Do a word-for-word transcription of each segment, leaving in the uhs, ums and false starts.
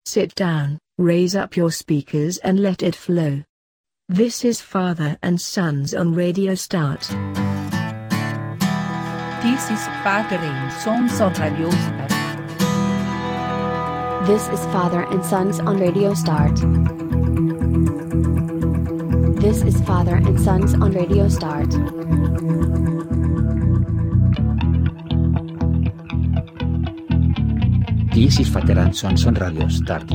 Sit down, raise up your speakers and let it flow. This is Father and Sons on Radio Start. This is Father and Sons on Radio Start. This is Father and Sons on Radio Start. This is Father and Sons on Radio Start. This is Father and Sons on Radio Start.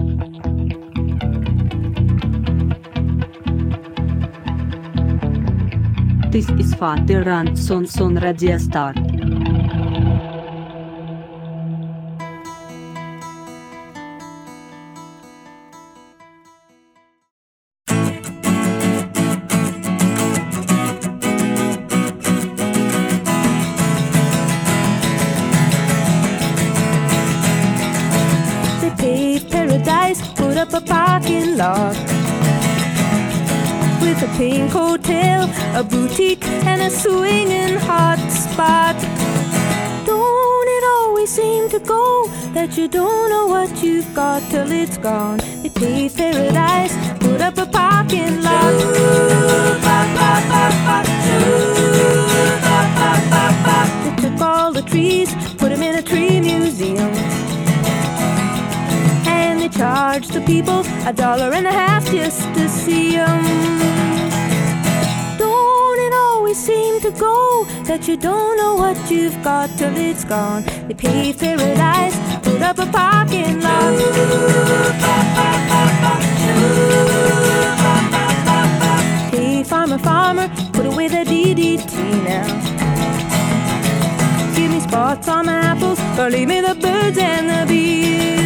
This is Father and Sons on Radio Start. Up a parking lot with a pink hotel, a boutique, and a swinging hot spot. Don't it always seem to go that you don't know what you've got till it's gone? They paved paradise, put up a parking lot. They took all the trees, put them in a tree museum. They charge the people a dollar and a half just to see them. Don't it always seem to go that you don't know what you've got till it's gone? They paved paradise, put up a parking lot. Hey, farmer, farmer, put away the D D T now. Give me spots on my apples, or leave me the birds and the bees.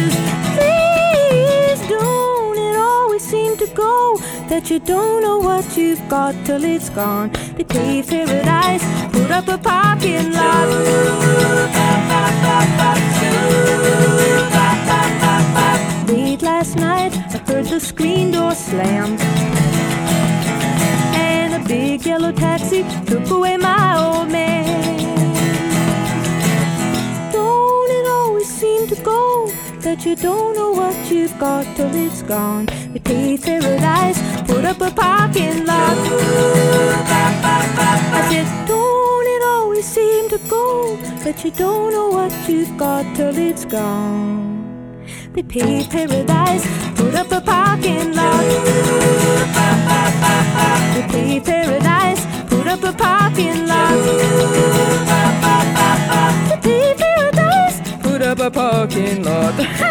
Don't it always seem to go that you don't know what you've got till it's gone? They paved paradise, put up a parking lot. Late last night I heard the screen door slam, and a big yellow taxi took away my old man. Don't it always seem to go that you don't know what you've got till it's gone? They paved paradise, put up a parking lot. I said, don't it always seem to go that you don't know what you've got till it's gone? They paved paradise, put up a parking lot. They paved paradise, put up a parking lot. They paved paradise, put up a parking lot.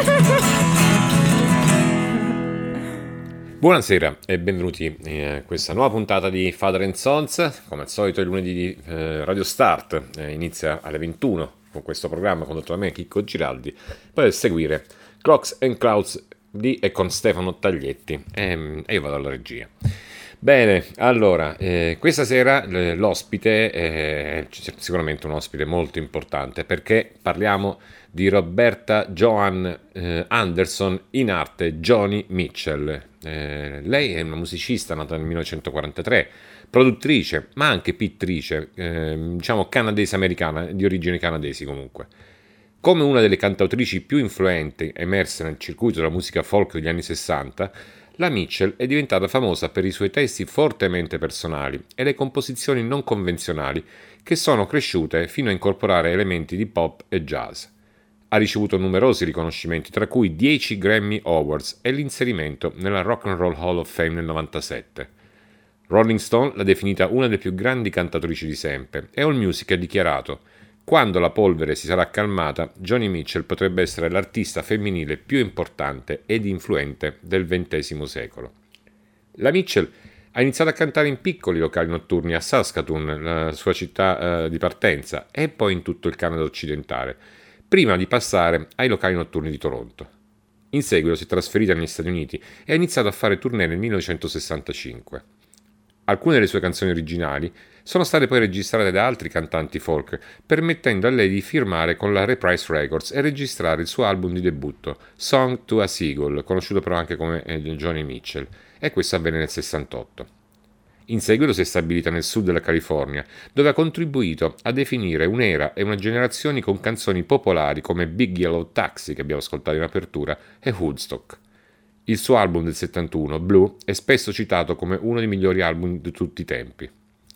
Buonasera e benvenuti a questa nuova puntata di Father and Sons. Come al solito il lunedì di eh, Radio Start eh, inizia alle ventuno con questo programma condotto da me, Chicco Giraldi, poi seguire Clocks and Clouds di e con Stefano Taglietti e, e io vado alla regia. Bene, allora, eh, questa sera eh, l'ospite è sicuramente un ospite molto importante perché parliamo di Roberta Joan eh, Anderson, in arte Joni Mitchell. Eh, lei è una musicista nata nel millenovecentoquarantatré, produttrice ma anche pittrice, eh, diciamo canadese-americana, di origini canadesi comunque. Come una delle cantautrici più influenti emerse nel circuito della musica folk degli anni sessanta, la Mitchell è diventata famosa per i suoi testi fortemente personali e le composizioni non convenzionali che sono cresciute fino a incorporare elementi di pop e jazz. Ha ricevuto numerosi riconoscimenti, tra cui dieci Grammy Awards e l'inserimento nella Rock and Roll Hall of Fame nel novantasette. Rolling Stone l'ha definita una delle più grandi cantatrici di sempre e AllMusic ha dichiarato: quando la polvere si sarà calmata, Joni Mitchell potrebbe essere l'artista femminile più importante ed influente del ventesimo secolo. La Mitchell ha iniziato a cantare in piccoli locali notturni a Saskatoon, la sua città eh, di partenza, e poi in tutto il Canada occidentale, prima di passare ai locali notturni di Toronto. In seguito si è trasferita negli Stati Uniti e ha iniziato a fare tournée nel millenovecentosessantacinque. Alcune delle sue canzoni originali sono state poi registrate da altri cantanti folk, permettendo a lei di firmare con la Reprise Records e registrare il suo album di debutto, Song to a Seagull, conosciuto però anche come Joni Mitchell, e questo avvenne nel sessantotto. In seguito si è stabilita nel sud della California, dove ha contribuito a definire un'era e una generazione con canzoni popolari come Big Yellow Taxi, che abbiamo ascoltato in apertura, e Woodstock. Il suo album del settantuno, Blue, è spesso citato come uno dei migliori album di tutti i tempi.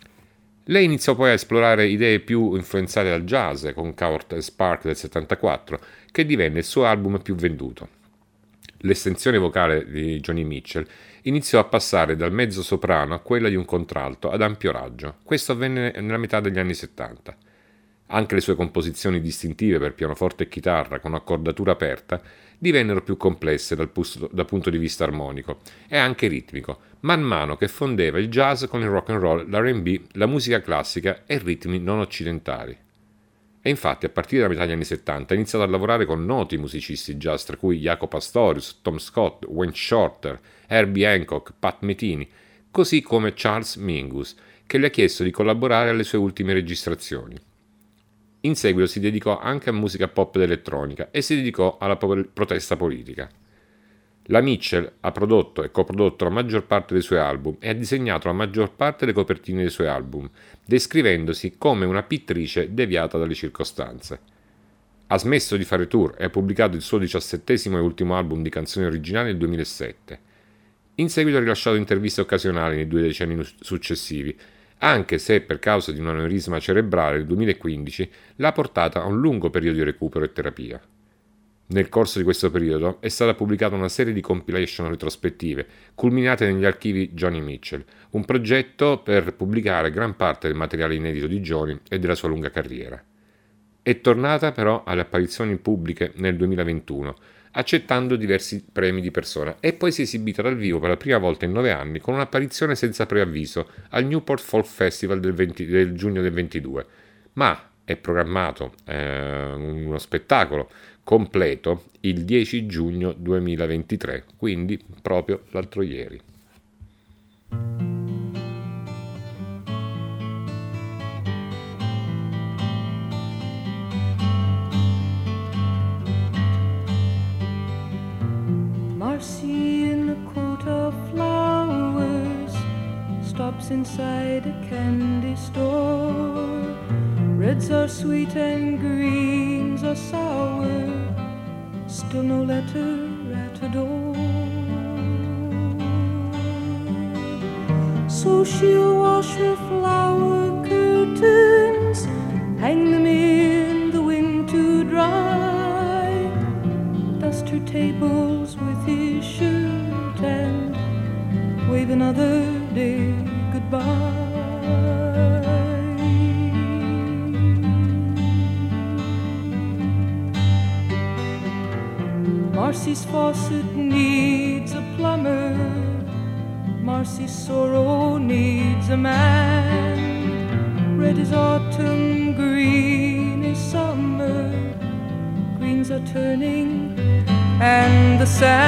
Lei iniziò poi a esplorare idee più influenzate dal jazz con Coward and Spark del settantaquattro, che divenne il suo album più venduto. L'estensione vocale di Joni Mitchell iniziò a passare dal mezzo soprano a quella di un contralto ad ampio raggio. Questo avvenne nella metà degli anni settanta. Anche le sue composizioni distintive per pianoforte e chitarra con accordatura aperta divennero più complesse dal, pus- dal punto di vista armonico e anche ritmico, man mano che fondeva il jazz con il rock and roll, l'R and B, la musica classica e ritmi non occidentali. E infatti a partire dalla metà degli anni settanta ha iniziato a lavorare con noti musicisti jazz, tra cui Jaco Pastorius, Tom Scott, Wayne Shorter, Herbie Hancock, Pat Metheny, così come Charles Mingus, che le ha chiesto di collaborare alle sue ultime registrazioni. In seguito si dedicò anche a musica pop ed elettronica e si dedicò alla protesta politica. La Mitchell ha prodotto e coprodotto la maggior parte dei suoi album e ha disegnato la maggior parte delle copertine dei suoi album, descrivendosi come una pittrice deviata dalle circostanze. Ha smesso di fare tour e ha pubblicato il suo diciassettesimo e ultimo album di canzoni originali nel duemilasette. In seguito ha rilasciato interviste occasionali nei due decenni successivi, anche se per causa di un aneurisma cerebrale nel duemilaquindici l'ha portata a un lungo periodo di recupero e terapia. Nel corso di questo periodo è stata pubblicata una serie di compilation retrospettive, culminate negli archivi Joni Mitchell, un progetto per pubblicare gran parte del materiale inedito di Joni e della sua lunga carriera. È tornata però alle apparizioni pubbliche nel duemilaventuno, accettando diversi premi di persona, e poi si è esibita dal vivo per la prima volta in nove anni con un'apparizione senza preavviso al Newport Folk Festival del, venti, del giugno del ventidue, ma è programmato eh, uno spettacolo completo il dieci giugno duemilaventitré, quindi proprio l'altro ieri. Marcy in a coat of flowers stops inside a candy store. Reds are sweet and greens are sour, still no letter at the door. So she'll wash her flower curtains, hang them in the wind to dry, dust her tables with his shirt and wave another day goodbye. Marcy's faucet needs a plumber, Marcy's sorrow needs a man. Red is autumn, green is summer, greens are turning and the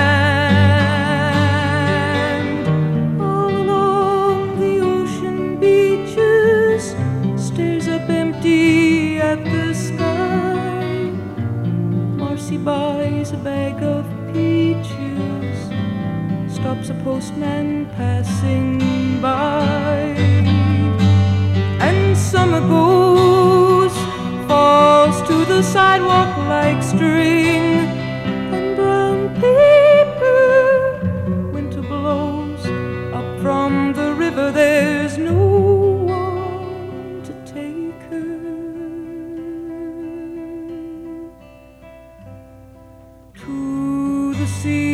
sand all along the ocean beaches stares up empty at the sky. Marcy buys a bag of peaches, stops a postman passing by, and summer goes, falls to the sidewalk like string, and brown paper, winter blows up from the river, there's no one to take her to the sea.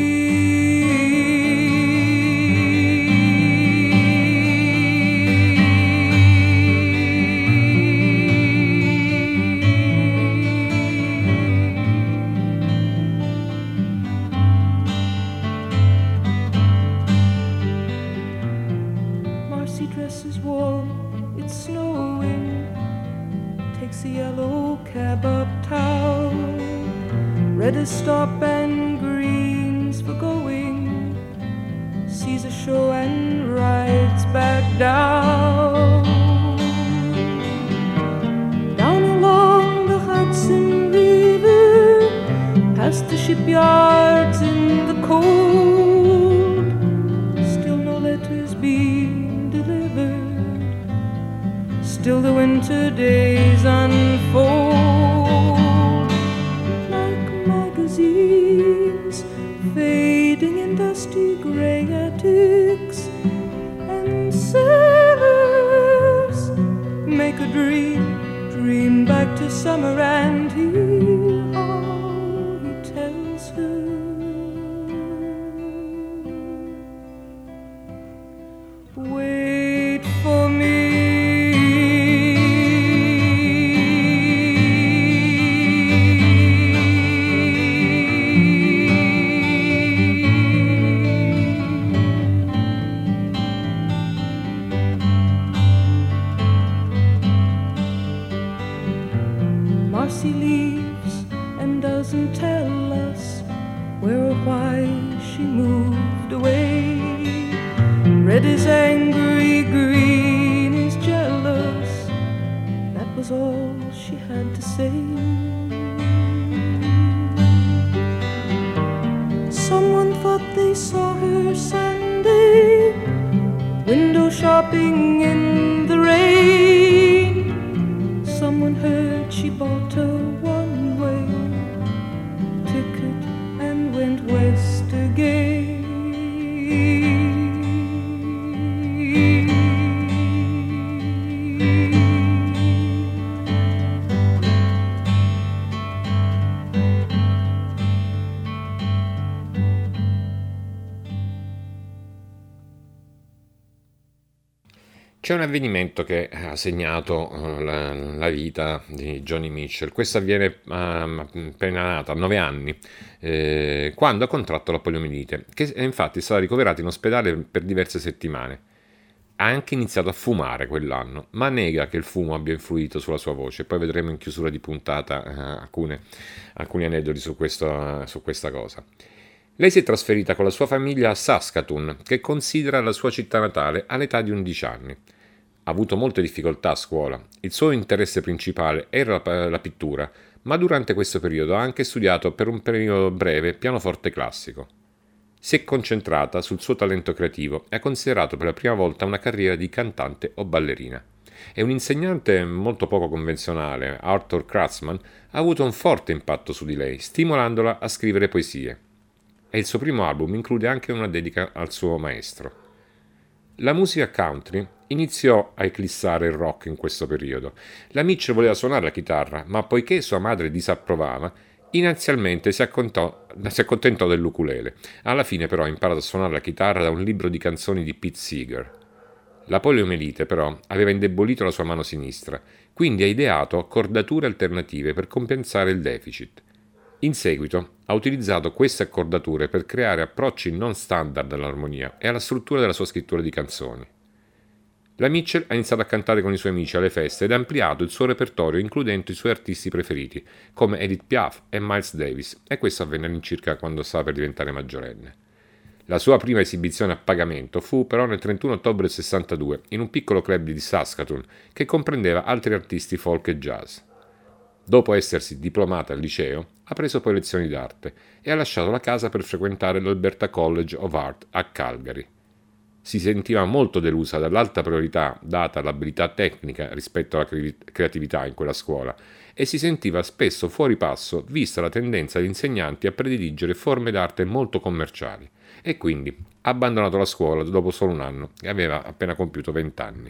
Marcy dresses warm, it's snowing, takes a yellow cab uptown. Red is stop and green's for going, sees a show and rides back down. Down along the Hudson River, past the shipyards in the cold, still no letters being delivered, still the winter days unfold like magazines fading in dusty gray attics, and sailors make a dream, dream back to summer, and hear how he tells her. Wait for me. Marcy leaves and doesn't tell us where or why she moved away. Red is angry, green is jealous. That was all she had to say. Someone thought they saw her Sunday, window shopping in the rain. Someone heard she bought a one-way ticket and went west again. C'è un avvenimento che ha segnato uh, la, la vita di Joni Mitchell. Questo avviene uh, appena nata, a nove anni, eh, quando ha contratto la poliomielite, che è infatti stata ricoverata in ospedale per diverse settimane. Ha anche iniziato a fumare quell'anno, ma nega che il fumo abbia influito sulla sua voce. Poi vedremo in chiusura di puntata uh, alcune, alcuni aneddoti su, questo, uh, su questa cosa. Lei si è trasferita con la sua famiglia a Saskatoon, che considera la sua città natale, all'età di undici anni. Ha avuto molte difficoltà a scuola. Il suo interesse principale era la, la pittura, ma durante questo periodo ha anche studiato per un periodo breve pianoforte classico. Si è concentrata sul suo talento creativo e ha considerato per la prima volta una carriera di cantante o ballerina. E un insegnante molto poco convenzionale, Arthur Kratzmann, ha avuto un forte impatto su di lei, stimolandola a scrivere poesie. E il suo primo album include anche una dedica al suo maestro. La musica country iniziò a eclissare il rock in questo periodo. La Mitchell voleva suonare la chitarra, ma poiché sua madre disapprovava, inizialmente si accontentò, si accontentò dell'ukulele. Alla fine però ha imparato a suonare la chitarra da un libro di canzoni di Pete Seeger. La poliomielite però aveva indebolito la sua mano sinistra, quindi ha ideato accordature alternative per compensare il deficit. In seguito ha utilizzato queste accordature per creare approcci non standard all'armonia e alla struttura della sua scrittura di canzoni. La Mitchell ha iniziato a cantare con i suoi amici alle feste ed ha ampliato il suo repertorio includendo i suoi artisti preferiti, come Edith Piaf e Miles Davis, e questo avvenne all'incirca quando stava per diventare maggiorenne. La sua prima esibizione a pagamento fu però nel trentuno ottobre sessantadue in un piccolo club di Saskatoon che comprendeva altri artisti folk e jazz. Dopo essersi diplomata al liceo, ha preso poi lezioni d'arte e ha lasciato la casa per frequentare l'Alberta College of Art a Calgary. Si sentiva molto delusa dall'alta priorità data all'abilità tecnica rispetto alla creatività in quella scuola e si sentiva spesso fuori passo vista la tendenza degli insegnanti a prediligere forme d'arte molto commerciali e quindi ha abbandonato la scuola dopo solo un anno e aveva appena compiuto vent'anni.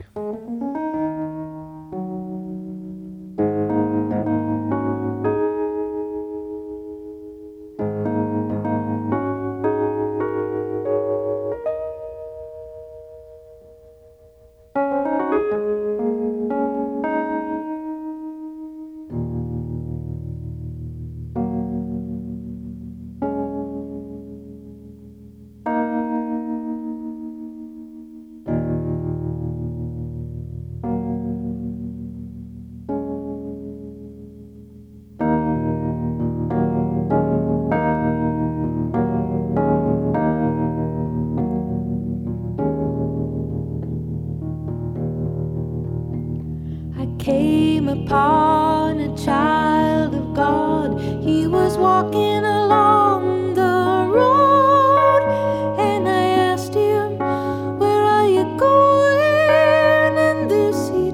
Came upon a child of God. He was walking along the road, and I asked him, where are you going? And this he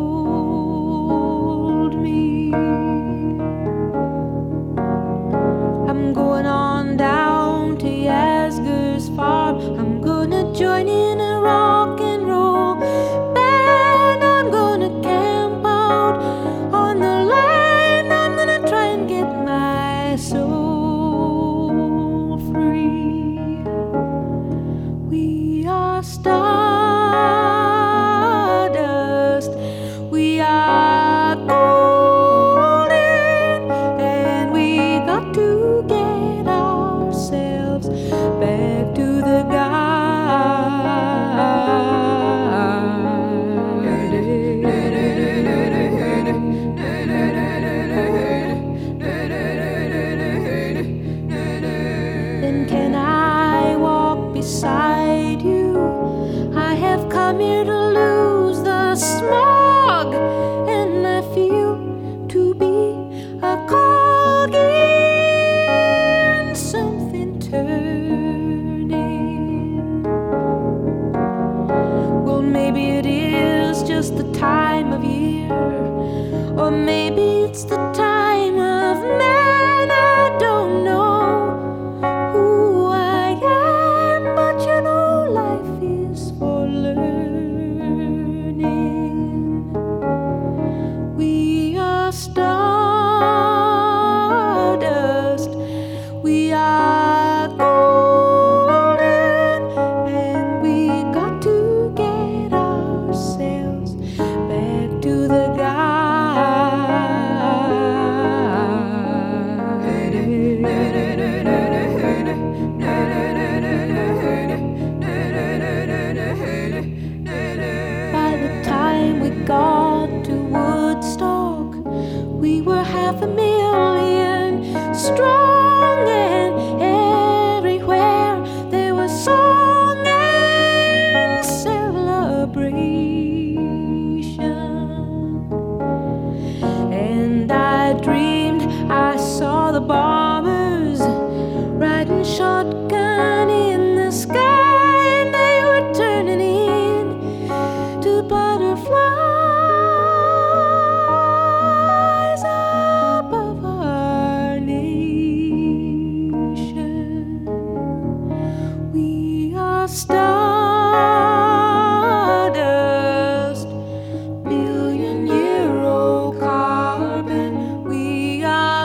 told me. I'm going on down to Yasgur's join in a rock and roll band. I'm gonna camp out on the land. I'm gonna try and get my soul free. We are stardust. We are golden, and we got to get ourselves back to the Then can I walk beside you? I have come here to lose the smog, and I feel to be a cog in something turning. Well, maybe it is just the time of year, or maybe it's the time of man. I don't know who I am, but you know life is for learning. We are stardust. We are golden, and we got to get ourselves back to the By the time we got to Woodstock, we were half a million strong, and everywhere there was song and celebration. And I dreamed I saw the bombers riding shotgun in the sky, and they were turning in to butterflies above our nation. We are stardust, billion year old carbon. We are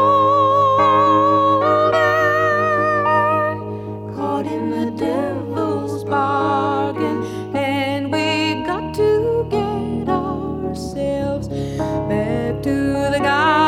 golden, caught in the devil's bargain, and we got to get ourselves back to the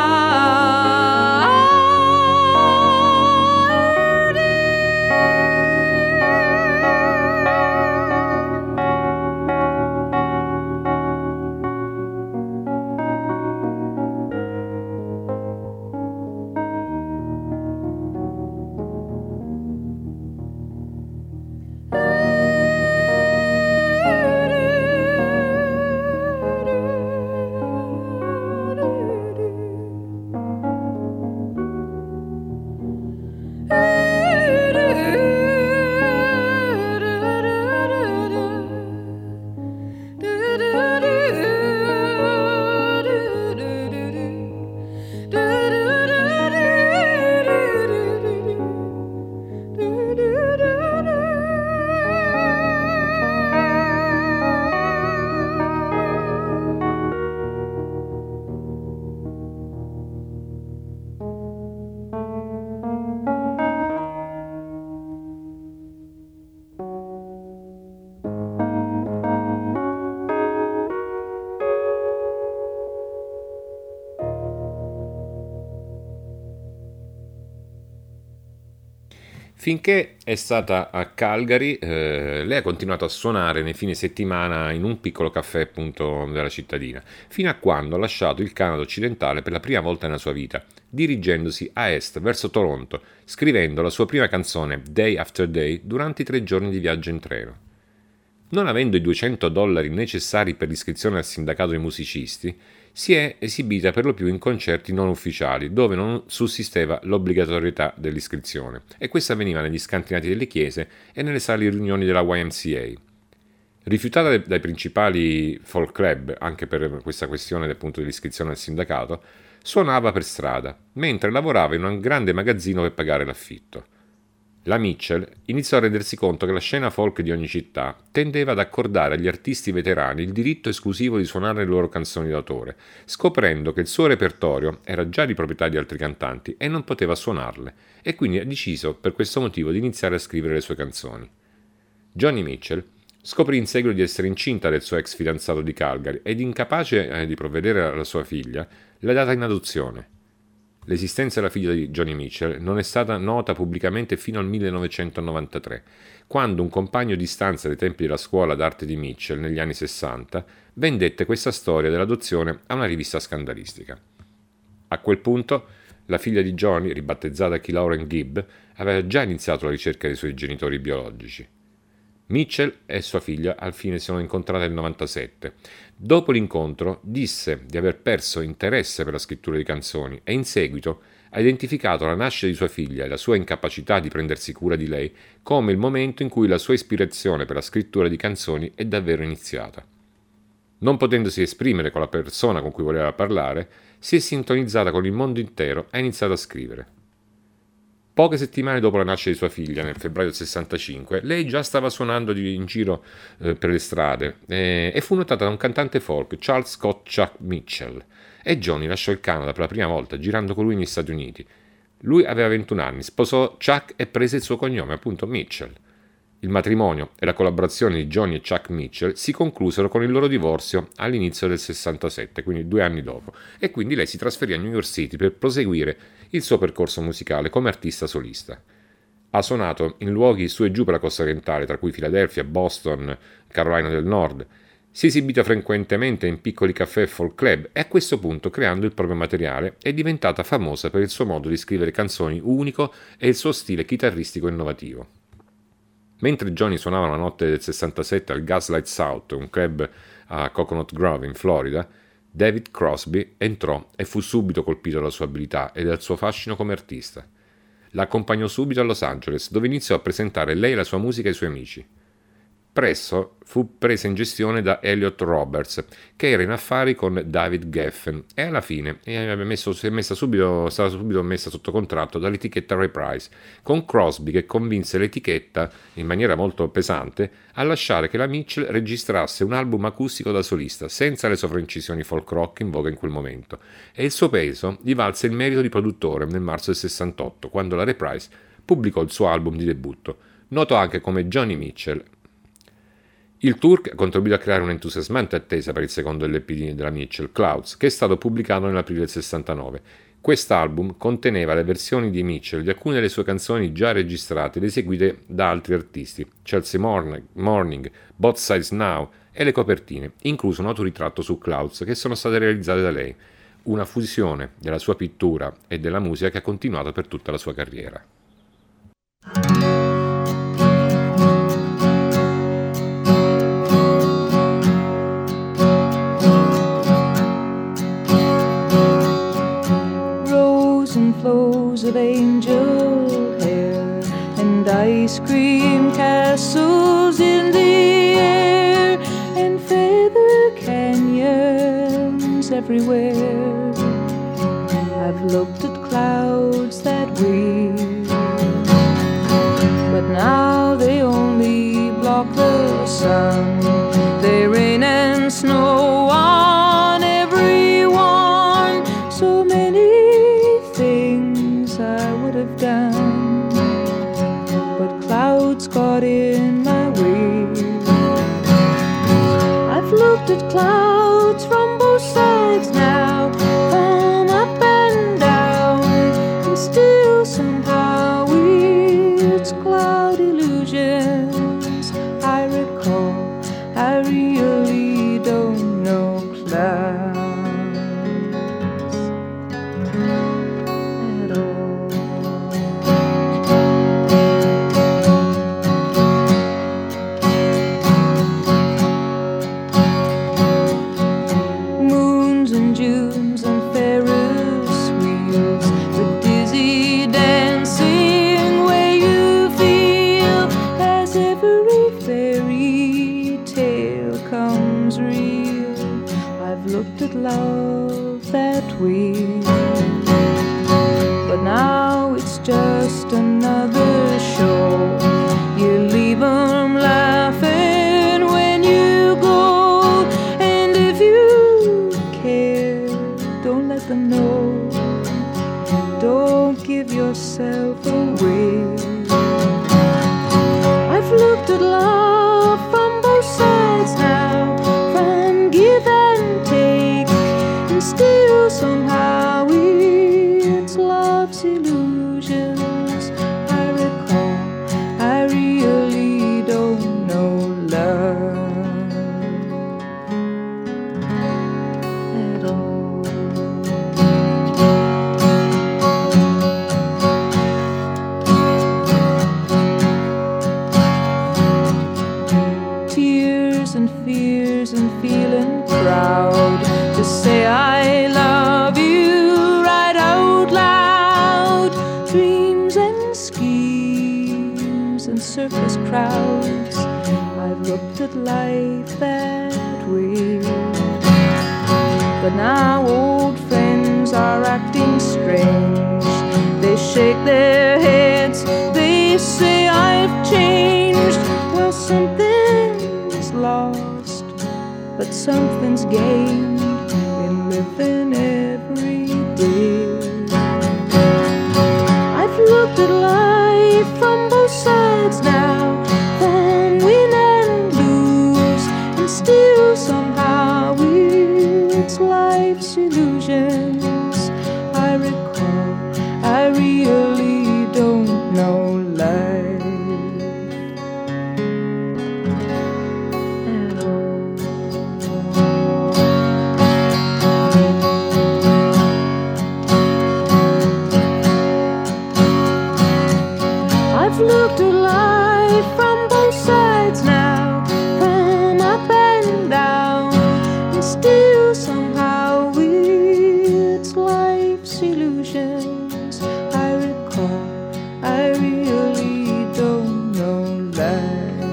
Finché è stata a Calgary, eh, lei ha continuato a suonare nei fine settimana in un piccolo caffè appunto della cittadina, fino a quando ha lasciato il Canada occidentale per la prima volta nella sua vita, dirigendosi a est verso Toronto, scrivendo la sua prima canzone Day After Day durante i tre giorni di viaggio in treno. Non avendo i duecento dollari necessari per l'iscrizione al sindacato dei musicisti, si è esibita per lo più in concerti non ufficiali, dove non sussisteva l'obbligatorietà dell'iscrizione, e questo avveniva negli scantinati delle chiese e nelle sale di riunioni della Y M C A. Rifiutata dai principali folk club, anche per questa questione appunto dell'iscrizione al sindacato, suonava per strada, mentre lavorava in un grande magazzino per pagare l'affitto. La Mitchell iniziò a rendersi conto che la scena folk di ogni città tendeva ad accordare agli artisti veterani il diritto esclusivo di suonare le loro canzoni d'autore, scoprendo che il suo repertorio era già di proprietà di altri cantanti e non poteva suonarle, e quindi ha deciso per questo motivo di iniziare a scrivere le sue canzoni. Joni Mitchell scoprì in seguito di essere incinta del suo ex fidanzato di Calgary ed incapace eh, di provvedere alla sua figlia, l'ha data in adozione. L'esistenza della figlia di Joni Mitchell non è stata nota pubblicamente fino al millenovecentonovantatré, quando un compagno di stanza dei tempi della scuola d'arte di Mitchell negli anni sessanta vendette questa storia dell'adozione a una rivista scandalistica. A quel punto la figlia di Joni, ribattezzata Key Lauren Gibb, aveva già iniziato la ricerca dei suoi genitori biologici. Mitchell e sua figlia al fine si sono incontrate nel novantasette. Dopo l'incontro disse di aver perso interesse per la scrittura di canzoni e in seguito ha identificato la nascita di sua figlia e la sua incapacità di prendersi cura di lei come il momento in cui la sua ispirazione per la scrittura di canzoni è davvero iniziata. Non potendosi esprimere con la persona con cui voleva parlare, si è sintonizzata con il mondo intero e ha iniziato a scrivere. Poche settimane dopo la nascita di sua figlia, nel febbraio del sessantacinque, lei già stava suonando in giro eh, per le strade eh, e fu notata da un cantante folk, Charles Scott Chuck Mitchell, e Joni lasciò il Canada per la prima volta girando con lui negli Stati Uniti. Lui aveva ventuno anni, sposò Chuck e prese il suo cognome, appunto Mitchell. Il matrimonio e la collaborazione di Joni e Chuck Mitchell si conclusero con il loro divorzio all'inizio del sessantasette, quindi due anni dopo, e quindi lei si trasferì a New York City per proseguire il suo percorso musicale come artista solista. Ha suonato in luoghi su e giù per la costa orientale, tra cui Filadelfia, Boston, Carolina del Nord. Si è esibita frequentemente in piccoli caffè e folk club e a questo punto, creando il proprio materiale, è diventata famosa per il suo modo di scrivere canzoni unico e il suo stile chitarristico innovativo. Mentre Joni suonava la notte del sessantasette al Gaslight South, un club a Coconut Grove in Florida, David Crosby entrò e fu subito colpito dalla sua abilità e dal suo fascino come artista. La accompagnò subito a Los Angeles, dove iniziò a presentare lei la sua musica ai suoi amici. Presto fu presa in gestione da Elliot Roberts, che era in affari con David Geffen, e alla fine è, messo, è messa subito, stata subito messa sotto contratto dall'etichetta Reprise, con Crosby che convinse l'etichetta, in maniera molto pesante, a lasciare che la Mitchell registrasse un album acustico da solista, senza le sovraincisioni folk rock in voga in quel momento, e il suo peso gli valse il merito di produttore nel marzo del sessantotto, quando la Reprise pubblicò il suo album di debutto, noto anche come Joni Mitchell. Il tour ha contribuito a creare un'entusiasmante attesa per il secondo L P della Mitchell, Clouds, che è stato pubblicato nell'aprile del sessantanove. Quest'album conteneva le versioni di Mitchell di alcune delle sue canzoni già registrate ed eseguite da altri artisti, Chelsea Morning, Both Sides Now e le copertine, incluso un autoritratto su Clouds che sono state realizzate da lei, una fusione della sua pittura e della musica che ha continuato per tutta la sua carriera. Of angel hair and ice cream castles in the air and feather canyons everywhere. I've looked at clouds that way, but now they only block the sun. They rain and snow on everyone. So many things I would have done, but clouds got in my way. I've looked at clouds from both sides now, from up and down, and still somehow it's cloud illusions I recall. I really don't know clouds. As if crowds. I've looked at life that way. But now old friends are acting strange. They shake their heads, they say I've changed. Well, something's lost, but something's gained in living every day. I've looked at life from both sides now, from win and lose, and still somehow it's life's illusions I recall. I really don't know life at all. I've looked at life from both sides now, from up and down, and still somehow it's life's illusions I recall. I really don't know life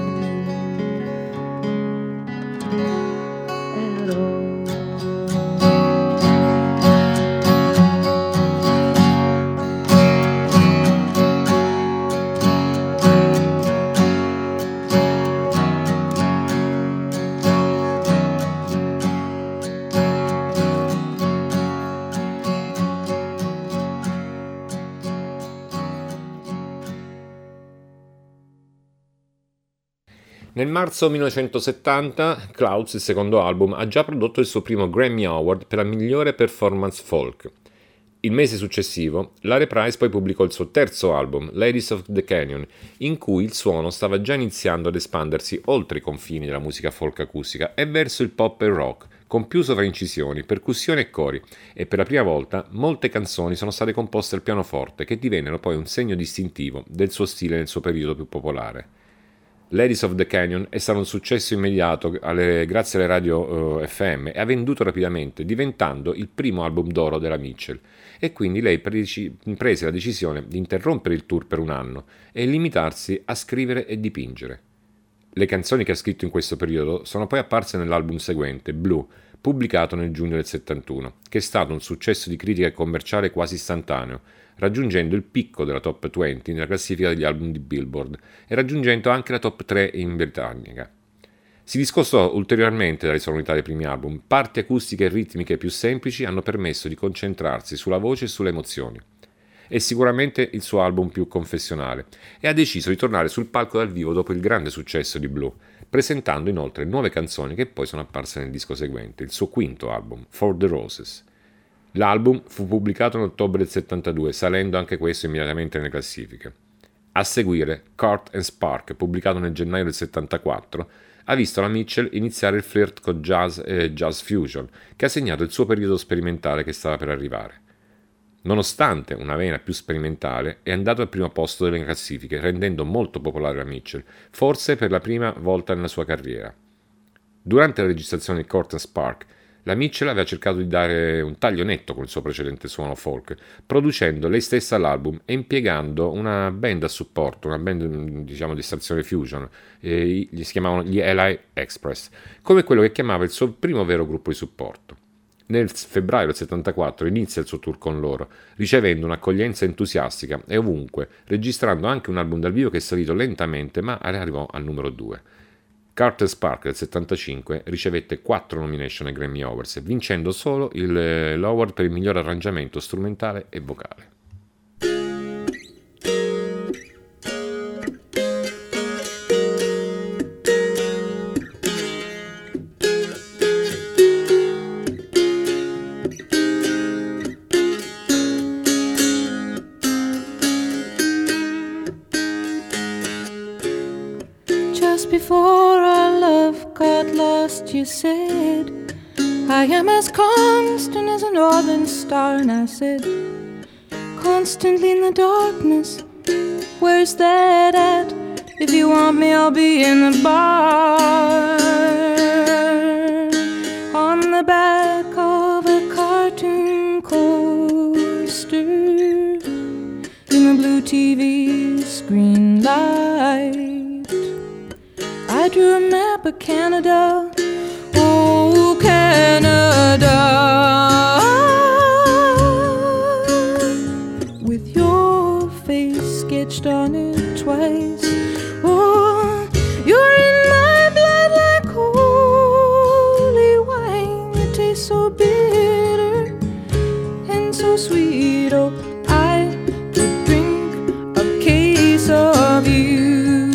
at all. Nel marzo millenovecentosettanta, Clouds, il secondo album, ha già prodotto il suo primo Grammy Award per la migliore performance folk. Il mese successivo, Larry Price poi pubblicò il suo terzo album, Ladies of the Canyon, in cui il suono stava già iniziando ad espandersi oltre i confini della musica folk acustica e verso il pop e il rock, con più sovraincisioni, percussioni e cori, e per la prima volta molte canzoni sono state composte al pianoforte, che divennero poi un segno distintivo del suo stile nel suo periodo più popolare. Ladies of the Canyon è stato un successo immediato alle, grazie alle radio uh, F M e ha venduto rapidamente, diventando il primo album d'oro della Mitchell, e quindi lei preci, prese la decisione di interrompere il tour per un anno e limitarsi a scrivere e dipingere. Le canzoni che ha scritto in questo periodo sono poi apparse nell'album seguente, Blue, pubblicato nel giugno del settantuno, che è stato un successo di critica e commerciale quasi istantaneo, raggiungendo il picco della top venti nella classifica degli album di Billboard e raggiungendo anche la top tre in Britannica. Si discostò ulteriormente dalle sonorità dei primi album, parti acustiche e ritmiche più semplici hanno permesso di concentrarsi sulla voce e sulle emozioni. È sicuramente il suo album più confessionale e ha deciso di tornare sul palco dal vivo dopo il grande successo di Blue, presentando inoltre nuove canzoni che poi sono apparse nel disco seguente, il suo quinto album, For the Roses. L'album fu pubblicato in ottobre del settantadue, salendo anche questo immediatamente nelle classifiche. A seguire, Court and Spark, pubblicato nel gennaio del settantaquattro, ha visto la Mitchell iniziare il flirt con jazz e jazz fusion, che ha segnato il suo periodo sperimentale che stava per arrivare. Nonostante una vena più sperimentale, è andato al primo posto delle classifiche, rendendo molto popolare la Mitchell, forse per la prima volta nella sua carriera. Durante la registrazione di Court and Spark, la Mitchell aveva cercato di dare un taglio netto con il suo precedente suono folk, producendo lei stessa l'album e impiegando una band a supporto, una band diciamo di estrazione fusion, eh, gli si chiamavano gli Eli Express, come quello che chiamava il suo primo vero gruppo di supporto. Nel febbraio del settantaquattro inizia il suo tour con loro, ricevendo un'accoglienza entusiastica e ovunque, registrando anche un album dal vivo che è salito lentamente ma arrivò al numero due. Court and Spark del settantacinque ricevette quattro nomination ai Grammy Awards, vincendo solo il, l'award per il miglior arrangiamento strumentale e vocale. Before our love got lost, you said, I am as constant as a northern star. And I said, constantly in the darkness, where's that at? If you want me, I'll be in the bar, on the back of a cartoon coaster, in the blue T V screen light. I drew a map of Canada. Oh, Canada, with your face sketched on it twice. Oh, you're in my blood like holy wine. It tastes so bitter and so sweet. Oh, I could drink a case of you,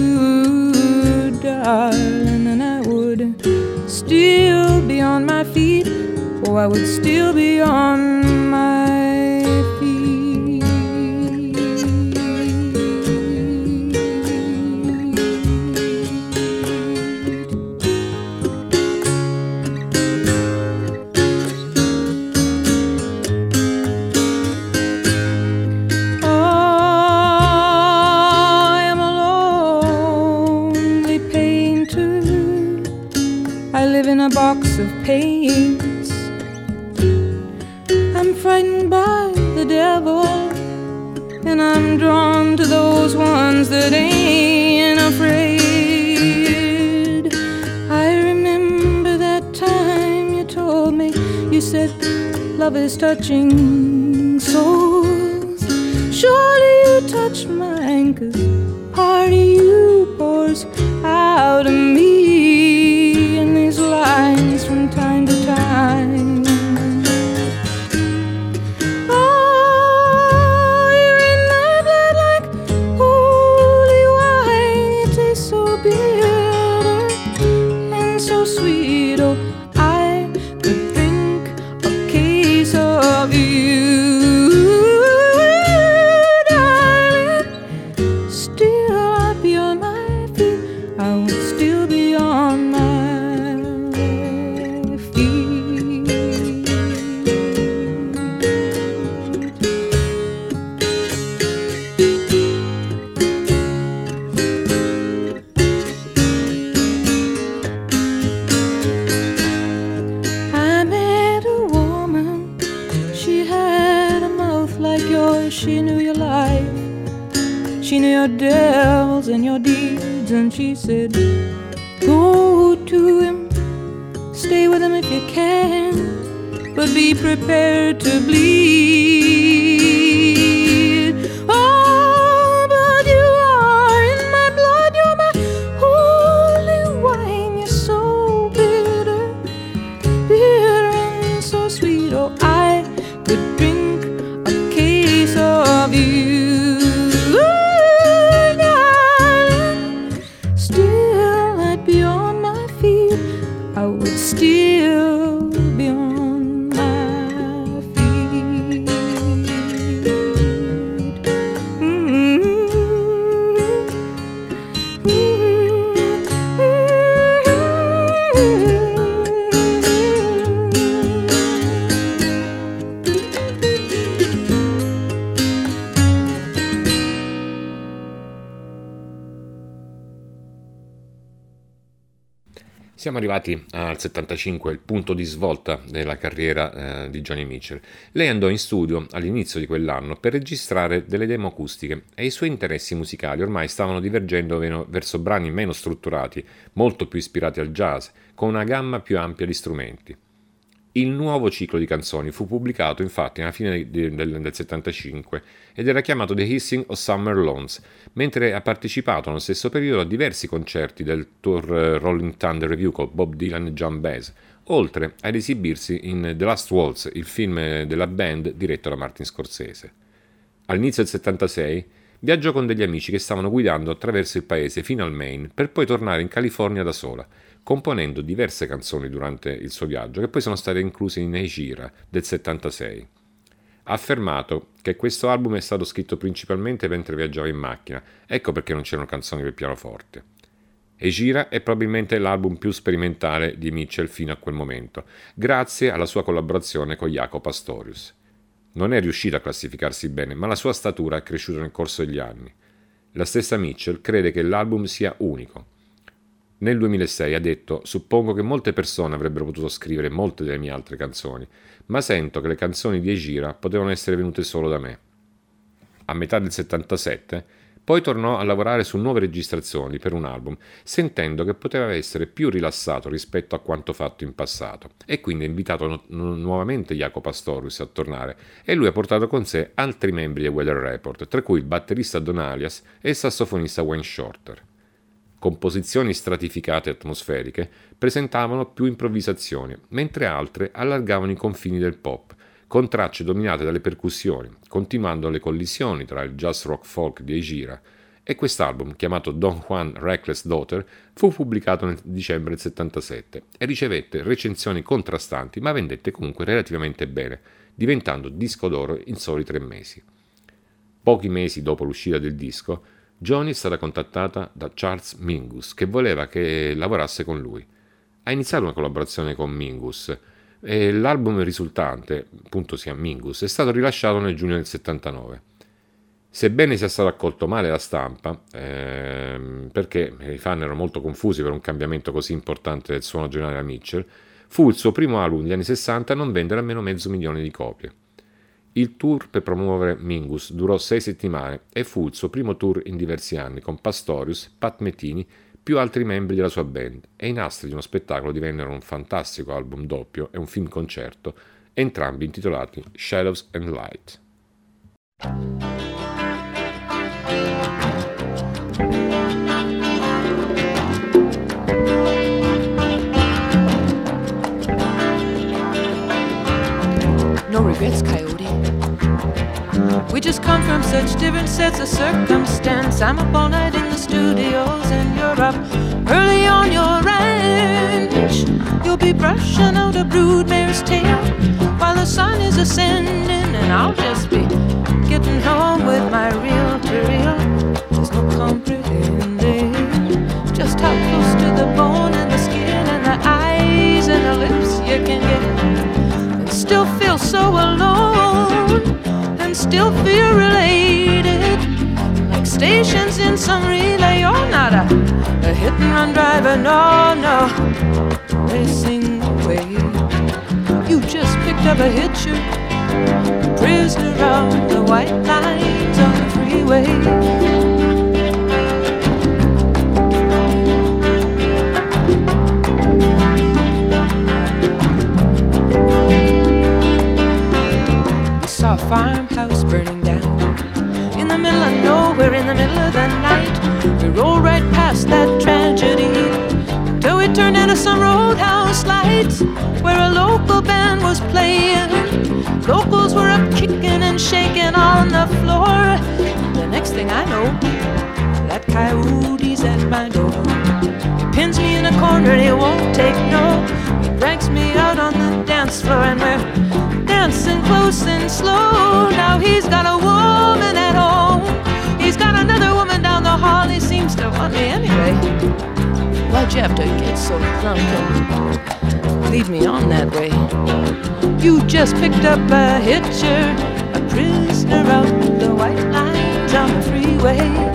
darling, and I would still be on my feet. Oh, I would still be on my feet. I am a lonely painter. I live in a box of paints. I'm frightened by the devil, and I'm drawn to those ones that ain't afraid. I remember that time you told me, you said love is touching souls. Surely you touched mine, 'cause part of you pours out of me in these lines from time to time. Oh, you're in my blood like holy wine. It tastes so bitter and so sweet. Oh, I could drink a case of you, darling. Still I'd be on my feet. I would still be on my she knew your life, she knew your devils and your deeds, and she said, go to him, stay with him if you can, but be prepared to bleed. Oh, but you are in my blood, you're my holy wine. You're so bitter, bitter and so sweet. Oh, I could drink of you, darling. Still I'd be on my feet. I would still be on my feet. Mm-hmm. Siamo arrivati al settantacinque, il punto di svolta della carriera eh, di Joni Mitchell. Lei andò in studio all'inizio di quell'anno per registrare delle demo acustiche e i suoi interessi musicali ormai stavano divergendo meno, verso brani meno strutturati, molto più ispirati al jazz, con una gamma più ampia di strumenti. Il nuovo ciclo di canzoni fu pubblicato infatti alla fine del, del, del settantacinque ed era chiamato The Hissing of Summer Lawns, mentre ha partecipato nello stesso periodo a diversi concerti del tour Rolling Thunder Revue con Bob Dylan e Joan Baez, oltre ad esibirsi in The Last Waltz, il film della band diretto da Martin Scorsese. All'inizio del settantasei viaggiò con degli amici che stavano guidando attraverso il paese fino al Maine per poi tornare in California da sola, componendo diverse canzoni durante il suo viaggio che poi sono state incluse in Egira del settantasei. Ha affermato che questo album è stato scritto principalmente mentre viaggiava in macchina, ecco perché non c'erano canzoni per pianoforte. Egira è probabilmente l'album più sperimentale di Mitchell fino a quel momento, grazie alla sua collaborazione con Jaco Pastorius. Non è riuscito a classificarsi bene, ma la sua statura è cresciuta nel corso degli anni. La stessa Mitchell crede che l'album sia unico. Nel duemilasei ha detto: suppongo che molte persone avrebbero potuto scrivere molte delle mie altre canzoni, ma sento che le canzoni di Egira potevano essere venute solo da me. A metà del settantasette Poi tornò a lavorare su nuove registrazioni per un album, sentendo che poteva essere più rilassato rispetto a quanto fatto in passato, e quindi ha invitato nu- nu- nuovamente Jaco Pastorius a tornare, e lui ha portato con sé altri membri dei Weather Report, tra cui il batterista Don Alias e il sassofonista Wayne Shorter. Composizioni stratificate e atmosferiche presentavano più improvvisazioni, mentre altre allargavano i confini del pop, con tracce dominate dalle percussioni, continuando le collisioni tra il jazz rock folk di Ejira, e quest'album, chiamato Don Juan Reckless Daughter, fu pubblicato nel dicembre del settantasette e ricevette recensioni contrastanti, ma vendette comunque relativamente bene, diventando disco d'oro in soli tre mesi. Pochi mesi dopo l'uscita del disco, Joni è stata contattata da Charles Mingus, che voleva che lavorasse con lui. Ha iniziato una collaborazione con Mingus, e l'album risultante, appunto sia Mingus, è stato rilasciato nel giugno del settantanove. Sebbene sia stato accolto male alla stampa, ehm, perché i fan erano molto confusi per un cambiamento così importante del suono generale da Mitchell, fu il suo primo album degli anni sessanta a non vendere almeno mezzo milione di copie. Il tour per promuovere Mingus durò sei settimane e fu il suo primo tour in diversi anni, con Pastorius, Pat Metheny, più altri membri della sua band, e i nastri di uno spettacolo divennero un fantastico album doppio e un film concerto, entrambi intitolati Shadows and Light. No regrets, Coyote. We just come from such different sets of circumstance. I'm up all night in the studios and you're up early on your ranch. You'll be brushing out a broodmare's tail while the sun is ascending, and I'll just be getting home with my reel-to-reel. There's no comprehending just how close to the bone and the skin and the eyes and the lips you can get, and still feel so alone, and still feel related, like stations in some relay. You're not a, a hit-and-run driver, no, no, racing away. You just picked up a hitcher, prisoner of the white lines on the freeway. A farmhouse burning down in the middle of nowhere, in the middle of the night. We rolled right past that tragedy till we turned into some roadhouse lights where a local band was playing. Locals were up kicking and shaking on the floor. The next thing I know, that coyote's at my door. He pins me in a corner and he won't take no. He drags me out on the dance floor and we're dancing close and slow. Now he's got a woman at home, he's got another woman down the hall. He seems to want me anyway. Why'd you have to get so drunk and lead me on that way? You just picked up a hitcher, a prisoner of the white lines on the freeway.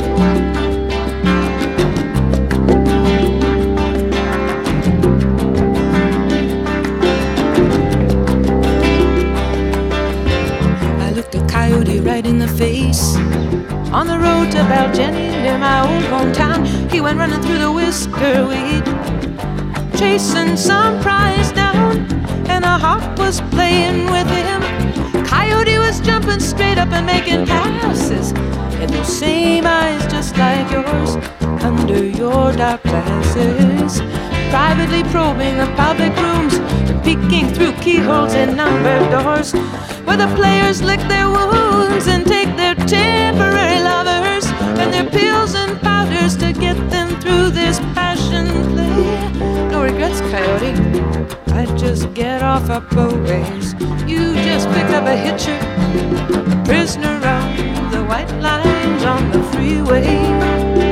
Coyote right in the face on the road to Baljenny near my old hometown. He went running through the whisker weed, chasing some prize down, and a hawk was playing with him. Coyote was jumping straight up and making passes, and those same eyes just like yours under your dark glasses, privately probing the public rooms and peeking through keyholes in numbered doors, where the players lick their wounds and take their temporary lovers and their pills and powders to get them through this passion play. No regrets, Coyote, I just get off up a ways. You just picked up a hitcher, a prisoner of the white lines on the freeway.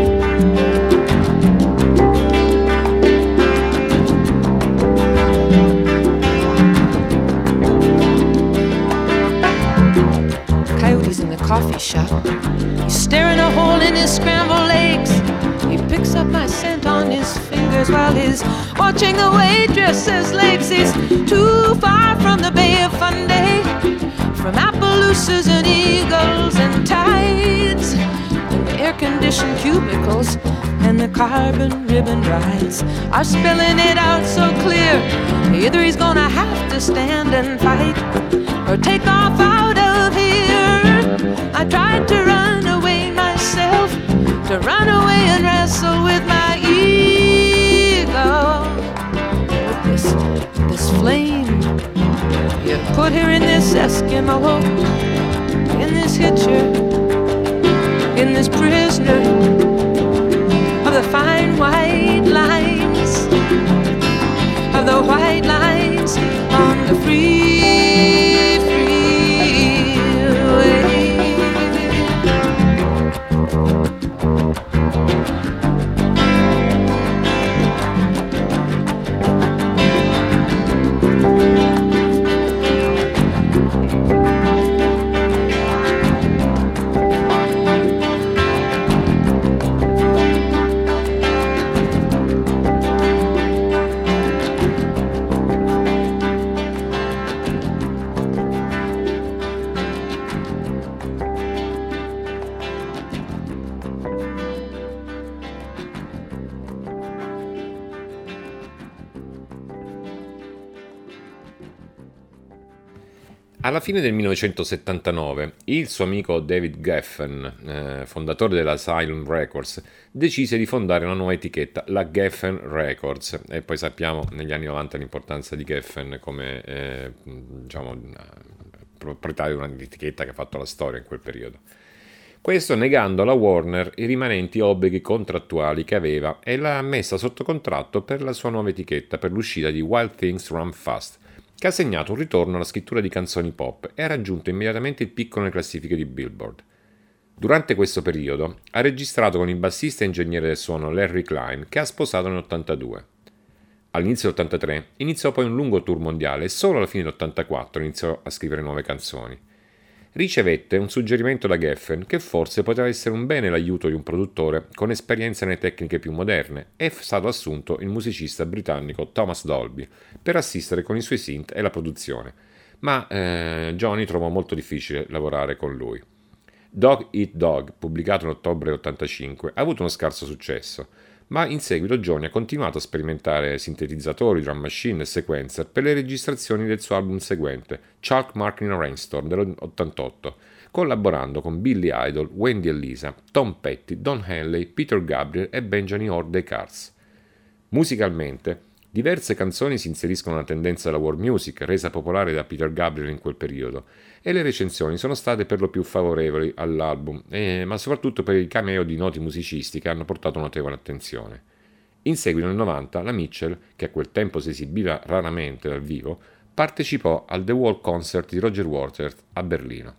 Coffee shop. He's staring a hole in his scrambled eggs. He picks up my scent on his fingers while he's watching the waitress's legs. He's too far from the Bay of Fundy, from Appaloosas and eagles and tides, and the air air-conditioned cubicles and the carbon ribbon rides are spelling it out so clear. Either he's gonna have to stand and fight or take off out of here. I tried to run away myself, to run away and wrestle with my ego. This, this flame you put here in this Eskimo, in this hitcher, in this prisoner of the fine white lines, of the white lines on the free, freeway. Alla fine del millenovecentosettantanove, il suo amico David Geffen, eh, fondatore dell'Asylum Records, decise di fondare una nuova etichetta, la Geffen Records, e poi sappiamo negli anni novanta l'importanza di Geffen come eh, diciamo, proprietario di un'etichetta che ha fatto la storia in quel periodo. Questo negando alla Warner i rimanenti obblighi contrattuali che aveva e l'ha messa sotto contratto per la sua nuova etichetta per l'uscita di Wild Things Run Fast, che ha segnato un ritorno alla scrittura di canzoni pop e ha raggiunto immediatamente il picco nelle classifiche di Billboard. Durante questo periodo ha registrato con il bassista e ingegnere del suono Larry Klein, che ha sposato nell'ottantadue. All'inizio dell'ottantatré iniziò poi un lungo tour mondiale e solo alla fine dell'ottantaquattro iniziò a scrivere nuove canzoni. Ricevette un suggerimento da Geffen che forse poteva essere un bene l'aiuto di un produttore con esperienza nelle tecniche più moderne e è stato assunto il musicista britannico Thomas Dolby per assistere con i suoi synth e la produzione, ma eh, Johnny trovò molto difficile lavorare con lui. Dog Eat Dog, pubblicato in ottobre ottantacinque, ha avuto uno scarso successo, ma in seguito Johnny ha continuato a sperimentare sintetizzatori, drum machine e sequencer per le registrazioni del suo album seguente, Chalk Mark in a Rainstorm dell'ottantotto, collaborando con Billy Idol, Wendy e Lisa, Tom Petty, Don Henley, Peter Gabriel e Benjamin Orr dei Cars. Musicalmente, diverse canzoni si inseriscono nella tendenza della world music, resa popolare da Peter Gabriel in quel periodo, e le recensioni sono state per lo più favorevoli all'album, eh, ma soprattutto per i cameo di noti musicisti che hanno portato notevole attenzione. In seguito nel novanta la Mitchell, che a quel tempo si esibiva raramente dal vivo, partecipò al The Wall Concert di Roger Waters a Berlino.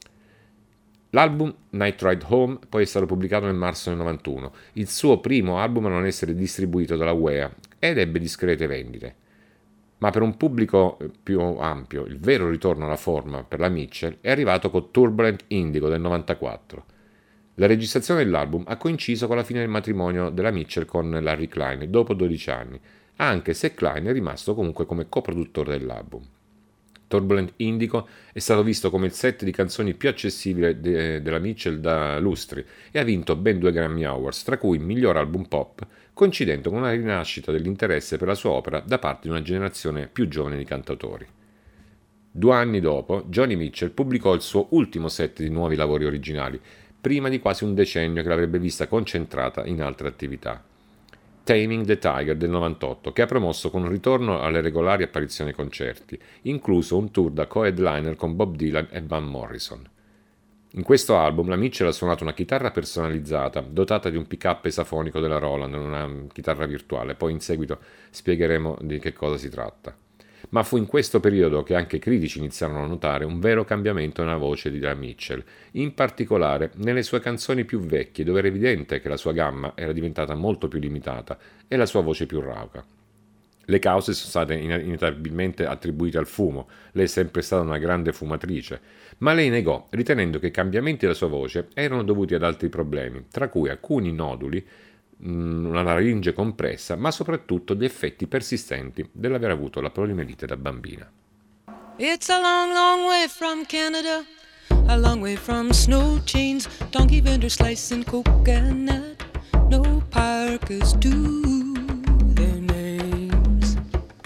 L'album Night Ride Home poi è stato pubblicato nel marzo del novantuno, il suo primo album a non essere distribuito dalla U E A, ed ebbe discrete vendite. Ma per un pubblico più ampio, il vero ritorno alla forma per la Mitchell è arrivato con Turbulent Indigo del novantaquattro. La registrazione dell'album ha coinciso con la fine del matrimonio della Mitchell con Larry Klein dopo dodici anni, anche se Klein è rimasto comunque come coproduttore dell'album. Turbulent Indigo è stato visto come il set di canzoni più accessibile de- della Mitchell da lustri e ha vinto ben due Grammy Awards, tra cui miglior album pop, coincidendo con una rinascita dell'interesse per la sua opera da parte di una generazione più giovane di cantautori. Due anni dopo, Joni Mitchell pubblicò il suo ultimo set di nuovi lavori originali, prima di quasi un decennio che l'avrebbe vista concentrata in altre attività. Taming the Tiger del novantotto, che ha promosso con un ritorno alle regolari apparizioni ai concerti, incluso un tour da co-headliner con Bob Dylan e Van Morrison. In questo album la Mitchell ha suonato una chitarra personalizzata, dotata di un pick-up esafonico della Roland, una chitarra virtuale, poi in seguito spiegheremo di che cosa si tratta. Ma fu in questo periodo che anche i critici iniziarono a notare un vero cambiamento nella voce di Mitchell, in particolare nelle sue canzoni più vecchie, dove era evidente che la sua gamma era diventata molto più limitata e la sua voce più rauca. Le cause sono state inevitabilmente attribuite al fumo, lei è sempre stata una grande fumatrice, ma lei negò, ritenendo che i cambiamenti della sua voce erano dovuti ad altri problemi, tra cui alcuni noduli, una laringe compressa, ma soprattutto gli effetti persistenti dell'aver avuto la poliomielite da bambina. It's a long, long way from Canada a long way from snow chains, donkey vendors slicing coconut. No Parkers do their names.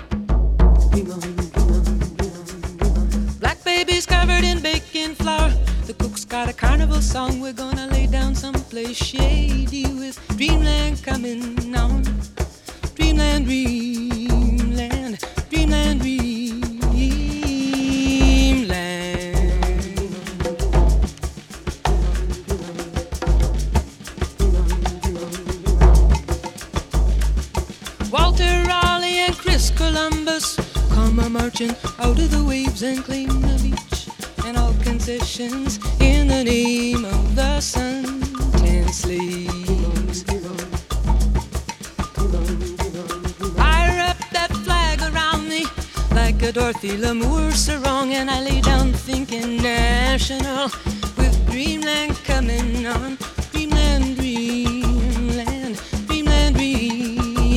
Black babies covered in baking flour. The cook's got a carnival song. We're gonna lay down someplace shady with dreamland coming on. Dreamland, dreamland, dreamland, dreamland. Walter Raleigh and Chris Columbus come a marching out of the waves and claim the beach and all concessions in the name of the sun-tanned slaves. I wrap that flag around me like a Dorothy Lamour sarong, and I lay down thinking national with dreamland coming on. Dreamland, dreamland, dreamland, dreamland.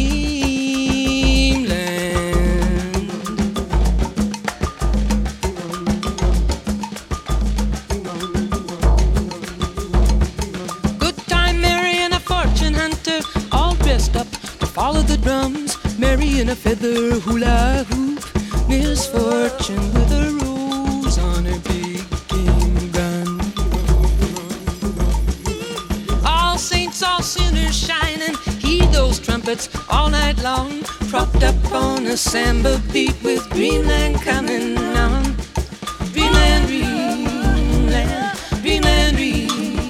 Follow the drums, Mary in a feather hula hoop, misfortune with a rose on her big game gun. All saints, all sinners shining, heed those trumpets all night long, propped up on a samba beat with Dreamland coming on. Dreamland, dreamland, dreamland, dreamland.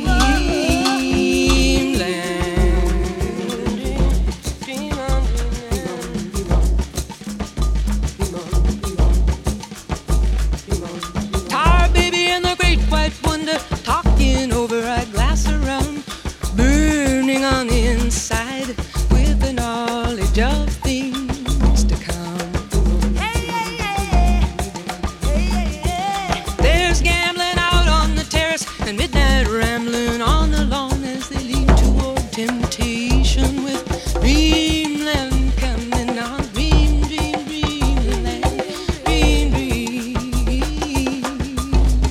Talking over a glass of rum, burning on the inside with the knowledge of things to come. Hey, hey, hey. Hey, hey, hey. There's gambling out on the terrace and midnight rambling on the lawn as they lean toward temptation with dreamland coming on. Dream, dream, dreamland, dream, dreamland.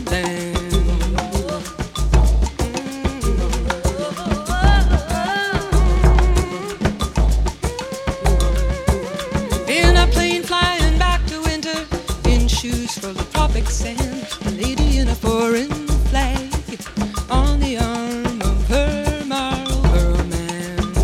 In a plane flying back to winter, in shoes full of tropic sand, a lady in a foreign flag on the arm of her Marlboro man.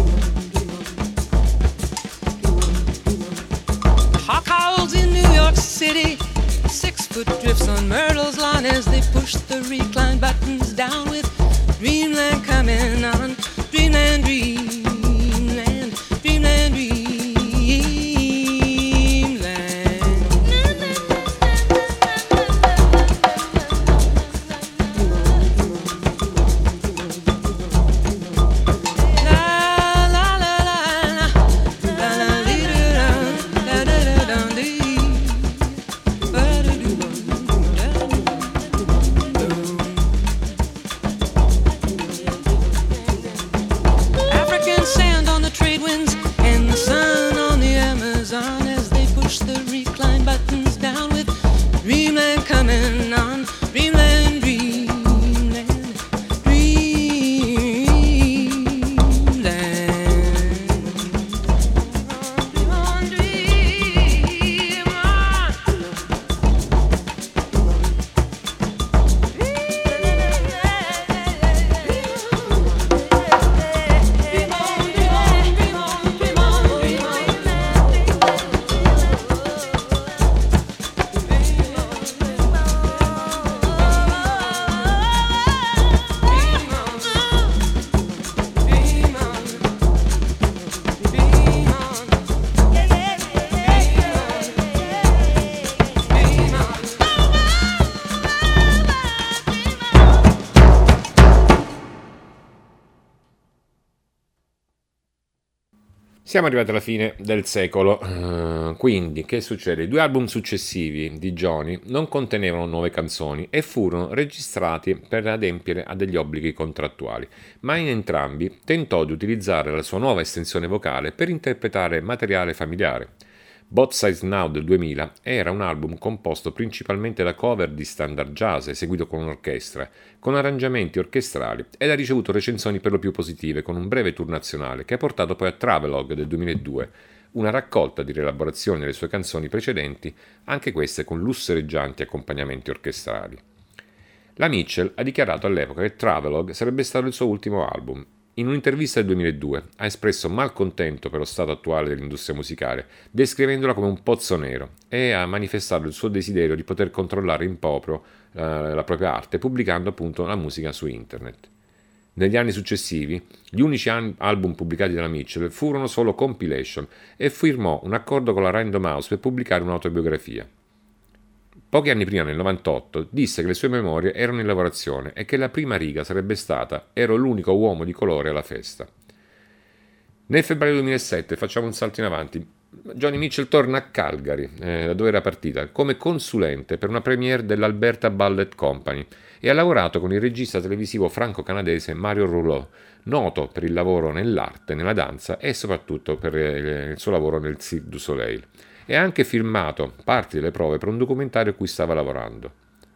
Hawk howls in New York City, six-foot drifts on Myrtle's lawn as they push the recline buttons down with Dreamland coming on. Dreamland, dreamland, dreamland, dreamland. African sand on the trade winds and the sun on the Amazon as they push the recline buttons down with Dreamland coming on. Dreamland, dreamland, dreamland. Dream on, dream on. Siamo arrivati alla fine del secolo, uh, quindi che succede? I due album successivi di Johnny non contenevano nuove canzoni e furono registrati per adempiere a degli obblighi contrattuali, ma in entrambi tentò di utilizzare la sua nuova estensione vocale per interpretare materiale familiare. Both Sides Now del duemila era un album composto principalmente da cover di standard jazz eseguito con un'orchestra, con arrangiamenti orchestrali, ed ha ricevuto recensioni per lo più positive, con un breve tour nazionale che ha portato poi a Travelogue del duemiladue, una raccolta di rielaborazioni delle sue canzoni precedenti, anche queste con lussureggianti accompagnamenti orchestrali. La Mitchell ha dichiarato all'epoca che Travelogue sarebbe stato il suo ultimo album. In un'intervista del duemiladue ha espresso malcontento per lo stato attuale dell'industria musicale, descrivendola come un pozzo nero, e ha manifestato il suo desiderio di poter controllare in proprio eh, la propria arte, pubblicando appunto la musica su internet. Negli anni successivi, gli unici an- album pubblicati dalla Mitchell furono solo compilation e firmò un accordo con la Random House per pubblicare un'autobiografia. Pochi anni prima, nel novantotto, disse che le sue memorie erano in lavorazione e che la prima riga sarebbe stata «Ero l'unico uomo di colore alla festa». Nel febbraio duemilasette, facciamo un salto in avanti, Joni Mitchell torna a Calgary, eh, da dove era partita, come consulente per una premiere dell'Alberta Ballet Company e ha lavorato con il regista televisivo franco-canadese Mario Rouleau, noto per il lavoro nell'arte, nella danza e soprattutto per il suo lavoro nel Cirque du Soleil. E ha anche filmato parti delle prove per un documentario a cui stava lavorando.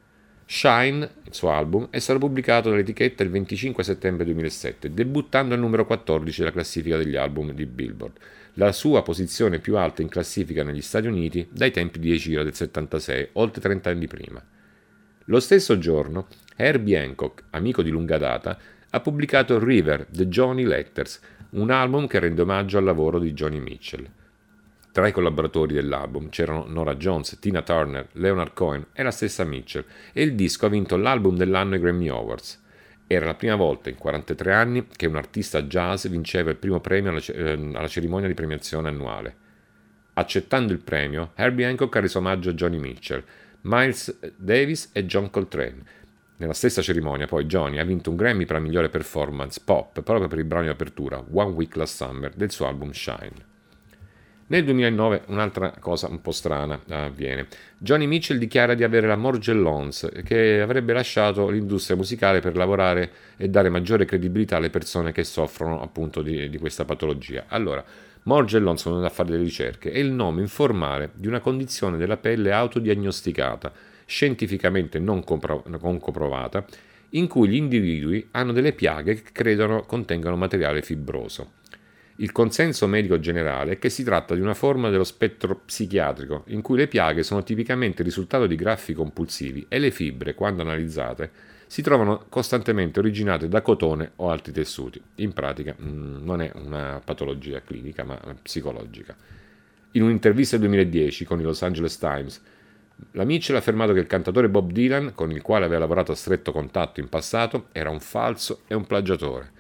Shine, il suo album, è stato pubblicato dall'etichetta il venticinque settembre duemilasette, debuttando al numero quattordici della classifica degli album di Billboard, la sua posizione più alta in classifica negli Stati Uniti dai tempi di Ecira del settantasei, oltre trenta anni prima. Lo stesso giorno, Herbie Hancock, amico di lunga data, ha pubblicato River, The Joni Letters, un album che rende omaggio al lavoro di Joni Mitchell. Tra i collaboratori dell'album c'erano Norah Jones, Tina Turner, Leonard Cohen e la stessa Mitchell, e il disco ha vinto l'album dell'anno ai Grammy Awards. Era la prima volta in quarantatré anni che un artista jazz vinceva il primo premio alla, eh, alla cerimonia di premiazione annuale. Accettando il premio, Herbie Hancock ha reso omaggio a Joni Mitchell, Miles Davis e John Coltrane. Nella stessa cerimonia poi Joni ha vinto un Grammy per la migliore performance pop proprio per il brano di apertura One Week Last Summer del suo album Shine. Nel duemilanove un'altra cosa un po' strana avviene. Joni Mitchell dichiara di avere la Morgellons, che avrebbe lasciato l'industria musicale per lavorare e dare maggiore credibilità alle persone che soffrono appunto di, di questa patologia. Allora, Morgellons, sono andato a fare delle ricerche, è il nome informale di una condizione della pelle autodiagnosticata, scientificamente non, compro- non comprovata, in cui gli individui hanno delle piaghe che credono contengano materiale fibroso. Il consenso medico generale è che si tratta di una forma dello spettro psichiatrico, in cui le piaghe sono tipicamente il risultato di graffi compulsivi e le fibre, quando analizzate, si trovano costantemente originate da cotone o altri tessuti. In pratica mh, non è una patologia clinica, ma psicologica. In un'intervista del duemiladieci con il Los Angeles Times, la Mitchell ha affermato che il cantatore Bob Dylan, con il quale aveva lavorato a stretto contatto in passato, era un falso e un plagiatore.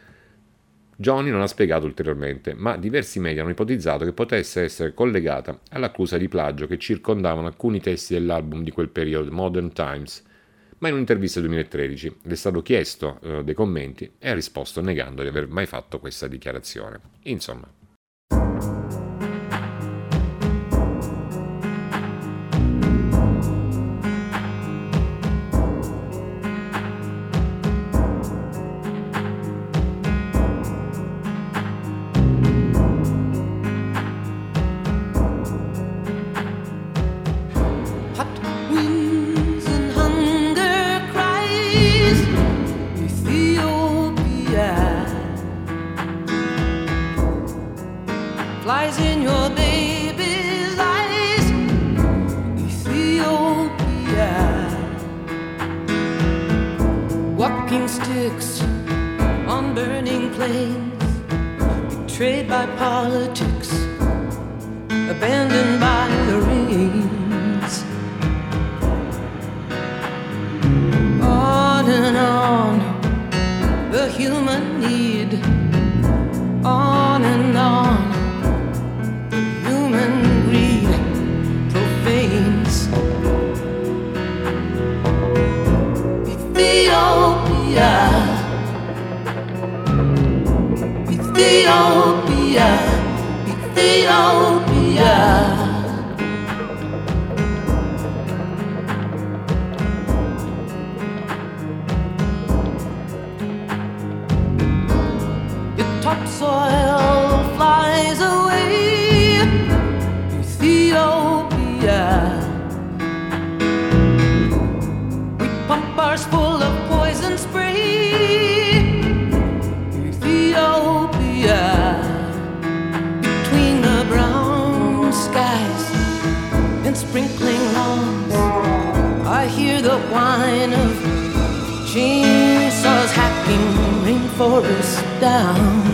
Joni non ha spiegato ulteriormente, ma diversi media hanno ipotizzato che potesse essere collegata all'accusa di plagio che circondavano alcuni testi dell'album di quel periodo, Modern Times, ma in un'intervista del duemilatredici le è stato chiesto eh, dei commenti e ha risposto negando di aver mai fatto questa dichiarazione. Insomma. Flies in your baby's eyes, Ethiopia. Walking sticks on burning plains, betrayed by politics, abandoned by the rains. On and on, the human need. On and on. Ethiopia, Ethiopia, Ethiopia. Your topsoil flies away, Ethiopia. sprinkling lawns. I hear the whine of chainsaws hacking rainforests down.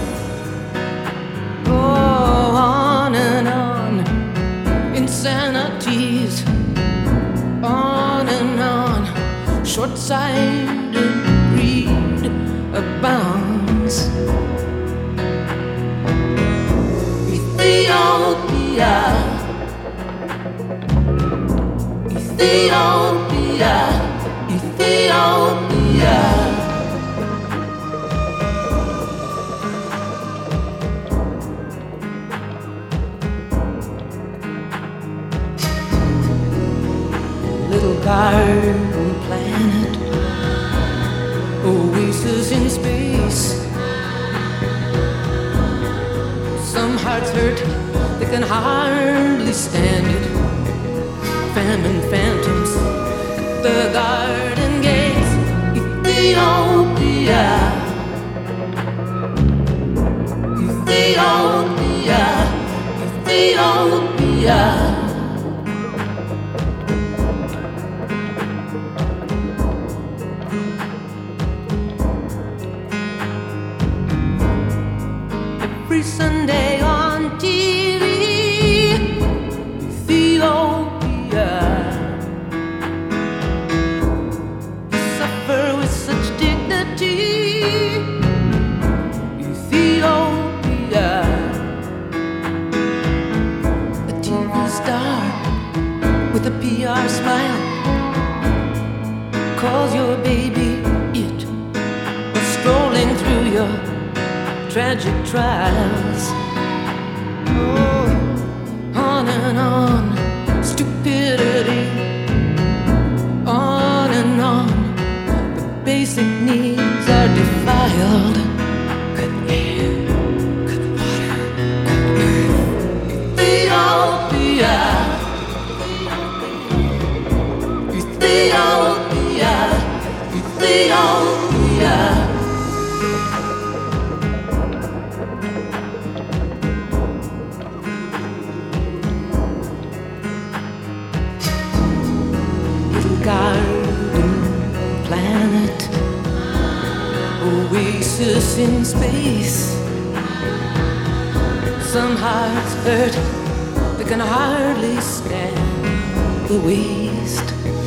Go on and on, insanities, on and on. Short-sighted greed abounds. Ethiopia, Ethiopia, Ethiopia. Little garden planet, oasis in space. Some hearts hurt, they can hardly stand it. Famine phantoms at the garden gates. Ethiopia, Ethiopia, Ethiopia. Every Sunday on T V, Ethiopia. You suffer with such dignity, Ethiopia. A T V star with a P R smile calls your baby it, or strolling through your tragic trials. Oh, on and on, stupidity, on and on. The basic needs are defiled. Good air, good water, good earth. Ethiopia, Ethiopia, Ethiopia. Garden planet, oasis in space. Some hearts hurt, they can hardly stand the waste.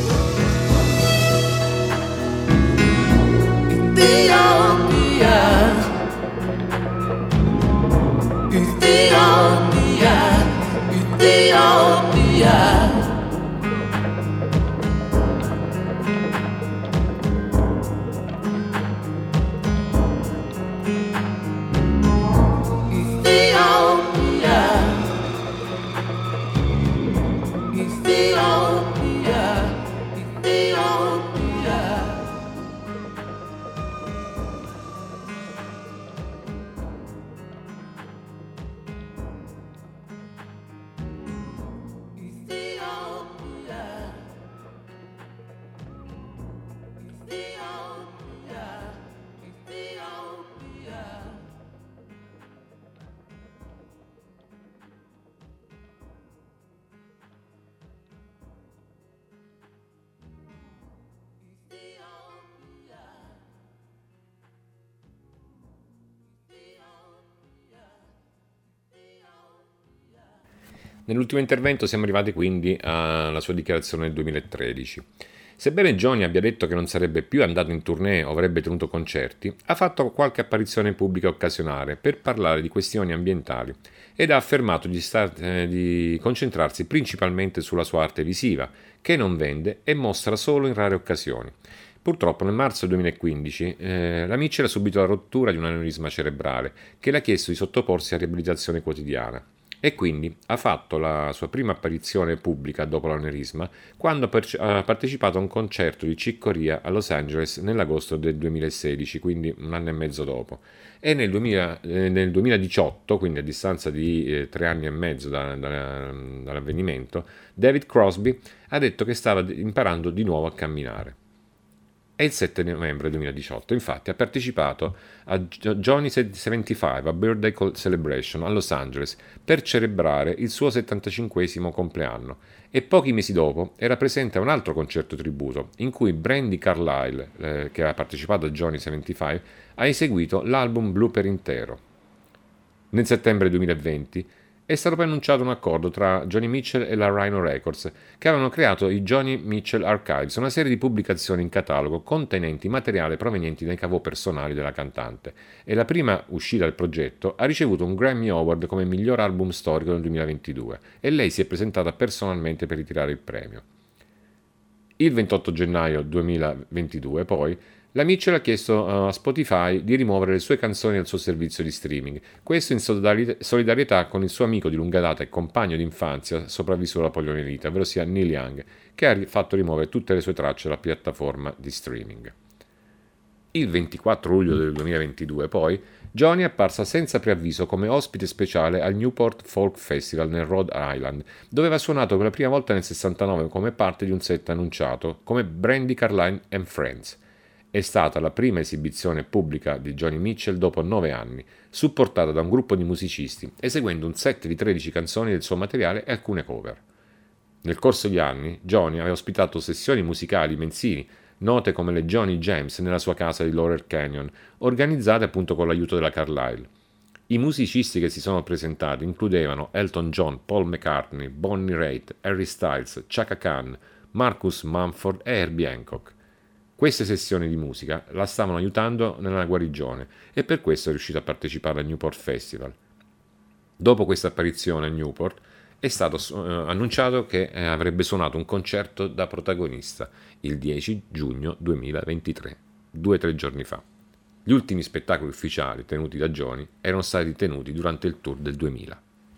Ethiopia, Ethiopia, Ethiopia. Nell'ultimo intervento siamo arrivati quindi alla sua dichiarazione del duemilatredici. Sebbene Johnny abbia detto che non sarebbe più andato in tournée o avrebbe tenuto concerti, ha fatto qualche apparizione pubblica occasionale per parlare di questioni ambientali ed ha affermato di, star- eh, di concentrarsi principalmente sulla sua arte visiva, che non vende e mostra solo in rare occasioni. Purtroppo nel marzo duemilaquindici eh, la Mitchell ha subito la rottura di un aneurisma cerebrale che le ha chiesto di sottoporsi a riabilitazione quotidiana. E quindi ha fatto la sua prima apparizione pubblica dopo l'aneurisma quando ha partecipato a un concerto di Chick Corea a Los Angeles nell'agosto del duemilasedici, quindi un anno e mezzo dopo. E nel, duemila, eh, nel duemiladiciotto, quindi a distanza di eh, tre anni e mezzo da, da, dall'avvenimento, David Crosby ha detto che stava imparando di nuovo a camminare. e il sette novembre duemiladiciotto. Infatti ha partecipato a Johnny settantacinque, a Birthday Celebration a Los Angeles, per celebrare il suo settantacinquesimo compleanno, e pochi mesi dopo era presente a un altro concerto tributo in cui Brandi Carlile, eh, che ha partecipato a Johnny settantacinque, ha eseguito l'album Blooper intero. Nel settembre duemilaventi è stato poi annunciato un accordo tra Joni Mitchell e la Rhino Records, che avevano creato i Joni Mitchell Archives, una serie di pubblicazioni in catalogo contenenti materiale provenienti dai caveau personali della cantante, e la prima uscita del progetto ha ricevuto un Grammy Award come miglior album storico nel duemilaventidue, e lei si è presentata personalmente per ritirare il premio. Il ventotto gennaio duemilaventidue, poi, la Mitchell ha chiesto a Spotify di rimuovere le sue canzoni dal suo servizio di streaming, questo in solidarietà con il suo amico di lunga data e compagno d'infanzia sopravvissuto alla poliomielite, ovvero sia Neil Young, che ha fatto rimuovere tutte le sue tracce dalla piattaforma di streaming. Il ventiquattro luglio del duemilaventidue, poi, Joni è apparsa senza preavviso come ospite speciale al Newport Folk Festival nel Rhode Island, dove aveva suonato per la prima volta nel sessantanove come parte di un set annunciato come Brandi Carlile and Friends. È stata la prima esibizione pubblica di Joni Mitchell dopo nove anni, supportata da un gruppo di musicisti, eseguendo un set di tredici canzoni del suo materiale e alcune cover. Nel corso degli anni, Joni aveva ospitato sessioni musicali mensili, note come le Joni Jams nella sua casa di Laurel Canyon, organizzate appunto con l'aiuto della Carlile. I musicisti che si sono presentati includevano Elton John, Paul McCartney, Bonnie Raitt, Harry Styles, Chaka Khan, Marcus Mumford e Herbie Hancock. Queste sessioni di musica la stavano aiutando nella guarigione e per questo è riuscita a partecipare al Newport Festival. Dopo questa apparizione a Newport è stato eh, annunciato che eh, avrebbe suonato un concerto da protagonista il dieci giugno duemilaventitré, due o tre giorni fa. Gli ultimi spettacoli ufficiali tenuti da Joni erano stati tenuti durante il tour del duemila.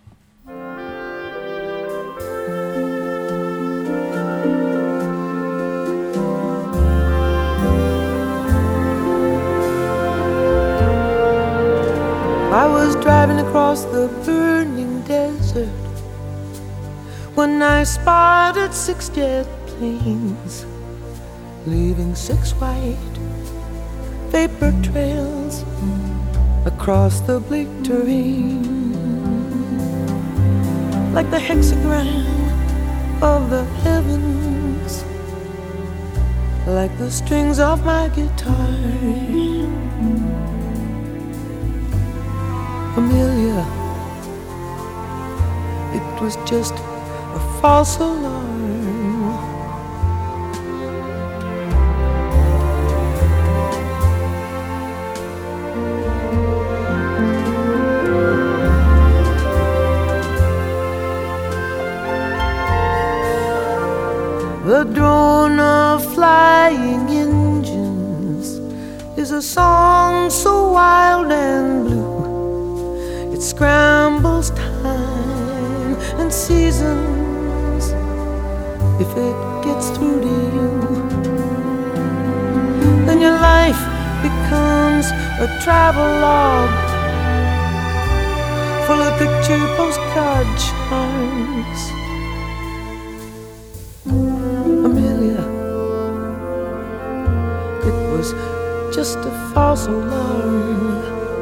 I was driving across the burning desert when I spotted six jet planes, leaving six white vapor trails across the bleak terrain, like the hexagram of the heavens, like the strings of my guitar. Amelia, it was just a false alarm. The drone of flying engines is a song so wild and blue. It scrambles time and seasons if it gets through to you. Then your life becomes a travel log full of picture postcard charms. Amelia, it was just a false alarm.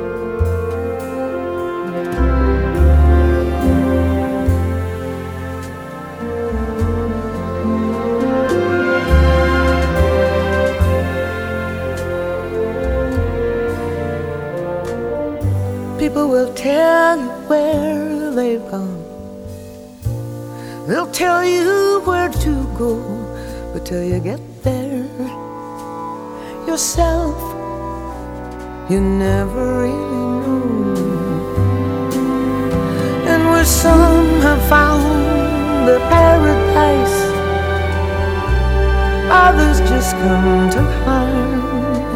People will tell you where they've gone. They'll tell you where to go, but till you get there yourself, you never really know. And where some have found their paradise, others just come to harm.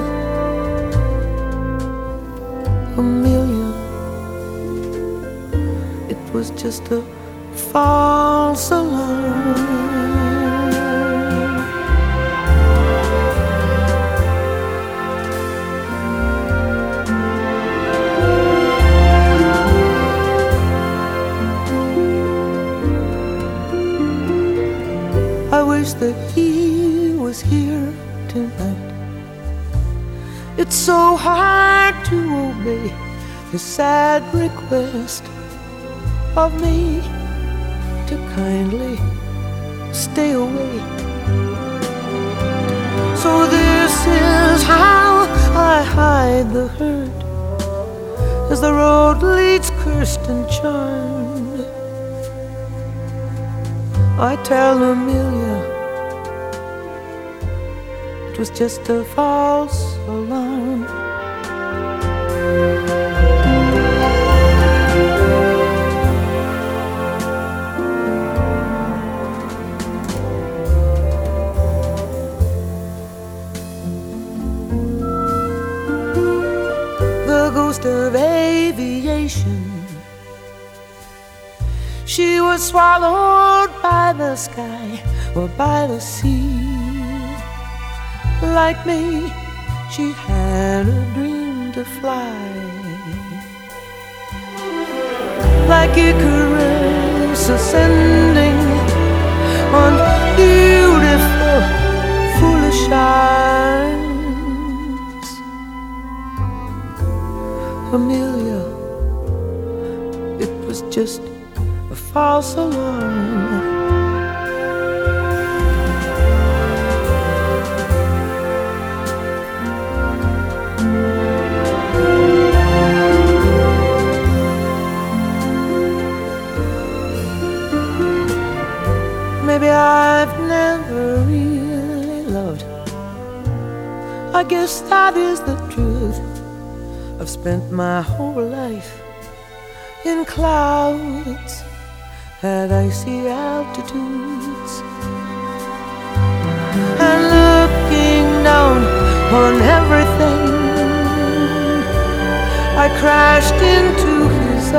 Amelia, it was just a false alarm. I wish that he was here tonight It's so hard to obey the sad request of me to kindly stay away. So this is how I hide the hurt, as the road leads cursed and charmed. I tell Amelia it was just a false alarm. The ghost of aviation, she was swallowed by the sky or by the sea. Like me, she had a dream to fly. Like Icarus ascending on beautiful, foolish eyes. Amelia, it was just a false alarm. Maybe I've never really loved. I guess that is the truth. I've spent my whole life in clouds at icy altitudes, and looking down on everything, I crashed into his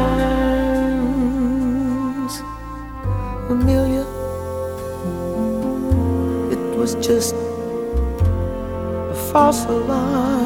arms. Amelia, it was just a false alarm.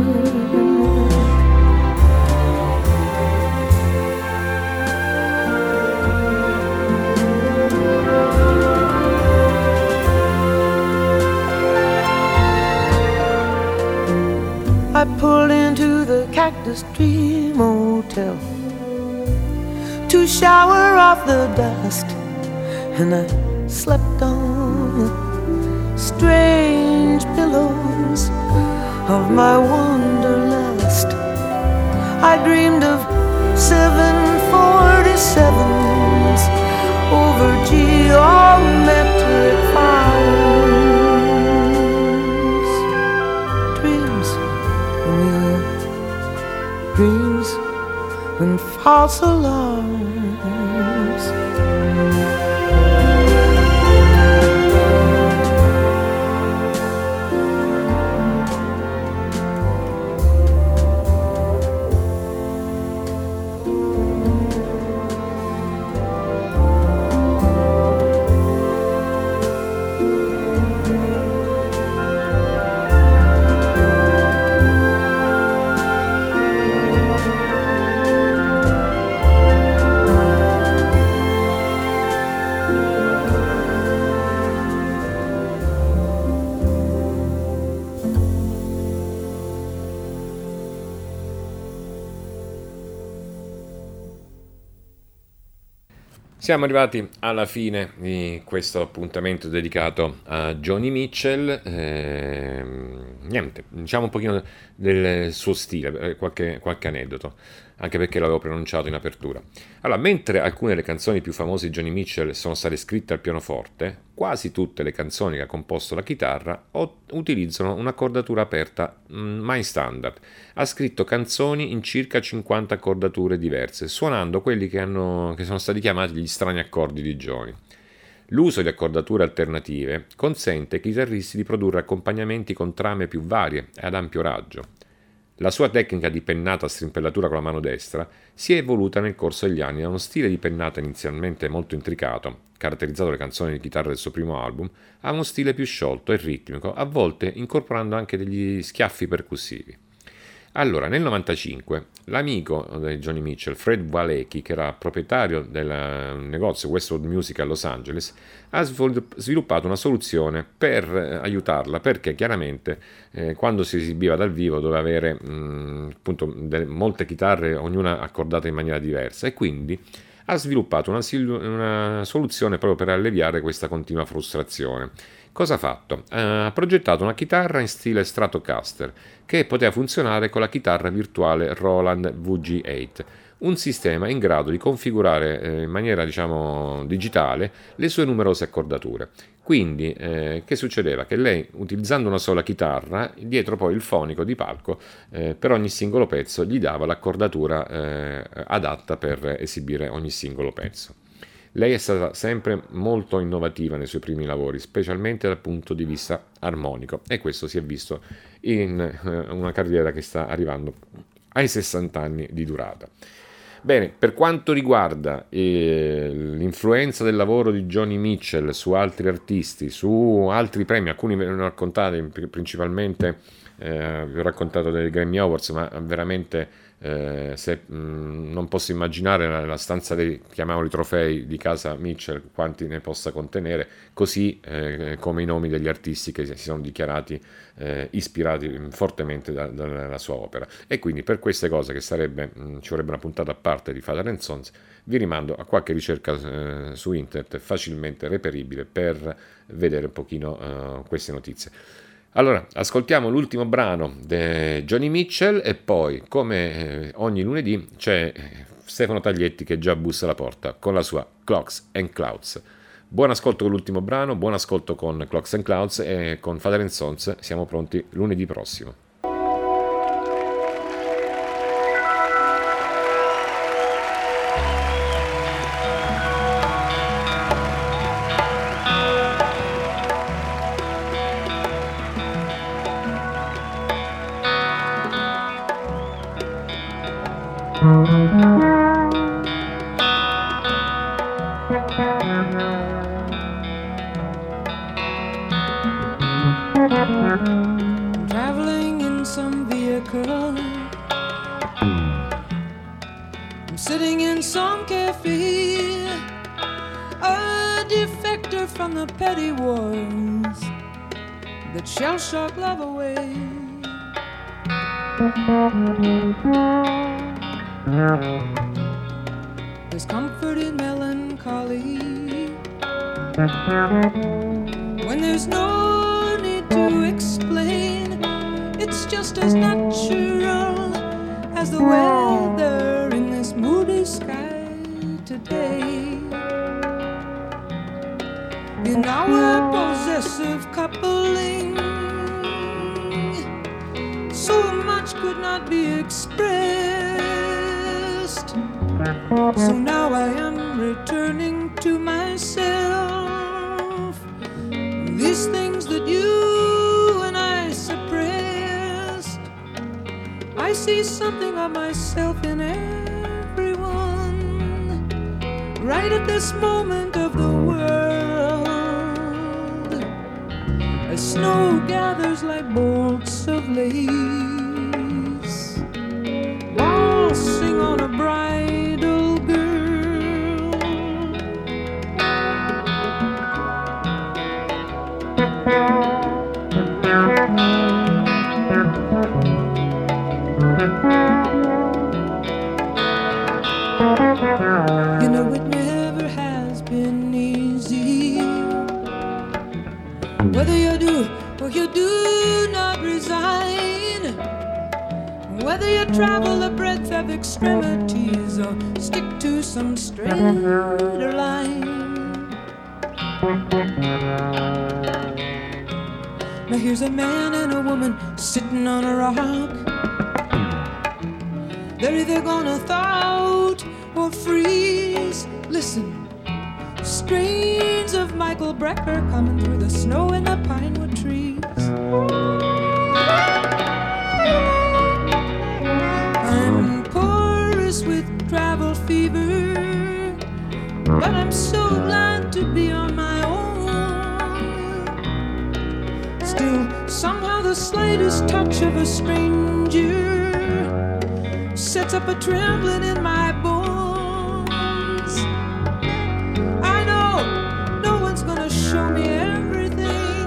I pulled into the Cactus Tree Motel to shower off the dust, and I slept on strange pillows of my wanderlust. I dreamed of seven forty-sevens over geometric farms. Dreams, Amelia, dreams and false alarms. Siamo arrivati alla fine di questo appuntamento dedicato a Joni Mitchell. Eh, niente, diciamo un pochino del suo stile, qualche, qualche aneddoto, anche perché l'avevo pronunciato in apertura. Allora, mentre alcune delle canzoni più famose di Joni Mitchell sono state scritte al pianoforte, quasi tutte le canzoni che ha composto la chitarra utilizzano un'accordatura aperta mai standard. Ha scritto canzoni in circa cinquanta accordature diverse, suonando quelli che, hanno, che sono stati chiamati gli strani accordi di Joni. L'uso di accordature alternative consente ai chitarristi di produrre accompagnamenti con trame più varie e ad ampio raggio. La sua tecnica di pennata a strimpellatura con la mano destra si è evoluta nel corso degli anni da uno stile di pennata inizialmente molto intricato, caratterizzato dalle canzoni di chitarra del suo primo album, a uno stile più sciolto e ritmico, a volte incorporando anche degli schiaffi percussivi. Allora, nel novantacinque l'amico di Joni Mitchell, Fred Walecki, che era proprietario del negozio Westwood Music a Los Angeles, ha sviluppato una soluzione per aiutarla, perché chiaramente eh, quando si esibiva dal vivo doveva avere mh, appunto delle, molte chitarre, ognuna accordata in maniera diversa, e quindi ha sviluppato una, una soluzione proprio per alleviare questa continua frustrazione. Cosa ha fatto? Ha progettato una chitarra in stile Stratocaster che poteva funzionare con la chitarra virtuale Roland V G otto, un sistema in grado di configurare in maniera, diciamo, digitale le sue numerose accordature. Quindi eh, che succedeva? Che lei, utilizzando una sola chitarra, dietro poi il fonico di palco, eh, per ogni singolo pezzo gli dava l'accordatura eh, adatta per esibire ogni singolo pezzo. Lei è stata sempre molto innovativa nei suoi primi lavori, specialmente dal punto di vista armonico, e questo si è visto in eh, una carriera che sta arrivando ai sessanta anni di durata. Bene, per quanto riguarda eh, l'influenza del lavoro di Joni Mitchell su altri artisti, su altri premi, alcuni ve ne ho raccontati, principalmente eh, vi ho raccontato dei Grammy Awards, ma veramente eh, se, mh, non posso immaginare la, la stanza dei, chiamiamoli trofei, di casa Mitchell, quanti ne possa contenere, così eh, come i nomi degli artisti che si sono dichiarati eh, ispirati fortemente da, dalla sua opera. E quindi per queste cose, che sarebbe mh, ci vorrebbe una puntata a parte di Father and Sons, vi rimando a qualche ricerca eh, su internet facilmente reperibile per vedere un pochino eh, queste notizie. Allora, ascoltiamo l'ultimo brano di Joni Mitchell e poi, come eh, ogni lunedì, c'è Stefano Taglietti che già bussa alla porta con la sua Clocks and Clouds. Buon ascolto con l'ultimo brano, buon ascolto con Clocks and Clouds, e con Father and Sons siamo pronti lunedì prossimo. Traveling in some vehicle, I'm sitting in some cafe, a defector from the petty wars that shell shock love away. There's comfort in melancholy when there's no need to explain. It's just as natural as the weather in this moody sky today. In our possessive coupling, so much could not be expressed. So now I am returning to myself. These things that you and I suppressed, I see something of myself in everyone, right at this moment of the world. As snow gathers like bolts of lace, waltzing on a bridal girl. You know it never has been easy, whether you do or you do not resign, whether you travel the breadth of extremities or stick to some straighter line. Now here's a man and a woman sitting on a rock. They're either gonna thaw out or freeze. Listen, strains of Michael Brecker coming through the snow in the pinewood trees. I'm porous with travel fever, but I'm so glad to be on my own. Still, somehow the slightest touch of a stranger sets up a trembling in my bones. I know no one's gonna show me everything.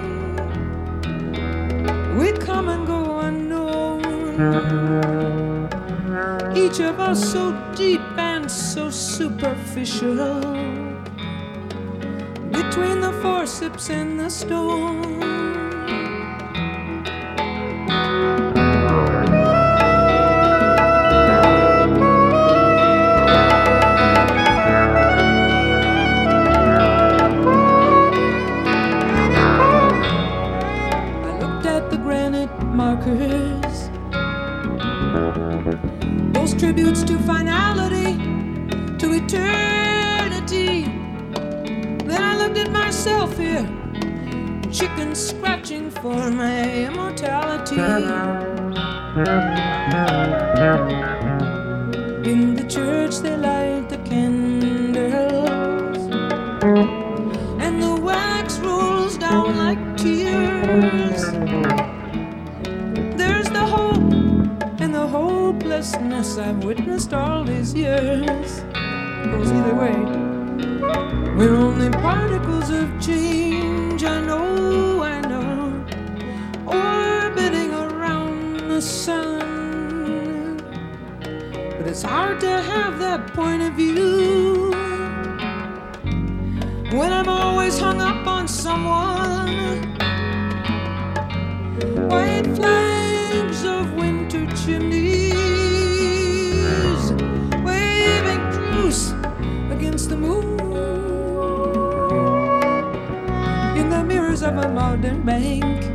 We come and go unknown, each of us so deep and so superficial, between the forceps and the stone. Markers, those tributes to finality, to eternity. Then I looked at myself here, chicken scratching for my immortality. In the church they light the candles, and the wax rolls down like tears. Hopelessness I've witnessed all these years. Goes either way. We're only particles of change, I know, I know, orbiting around the sun. But it's hard to have that point of view when I'm always hung up on someone. White flags of winter chimneys waving truce against the moon in the mirrors of a modern bank,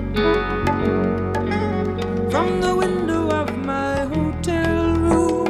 from the window of my hotel room.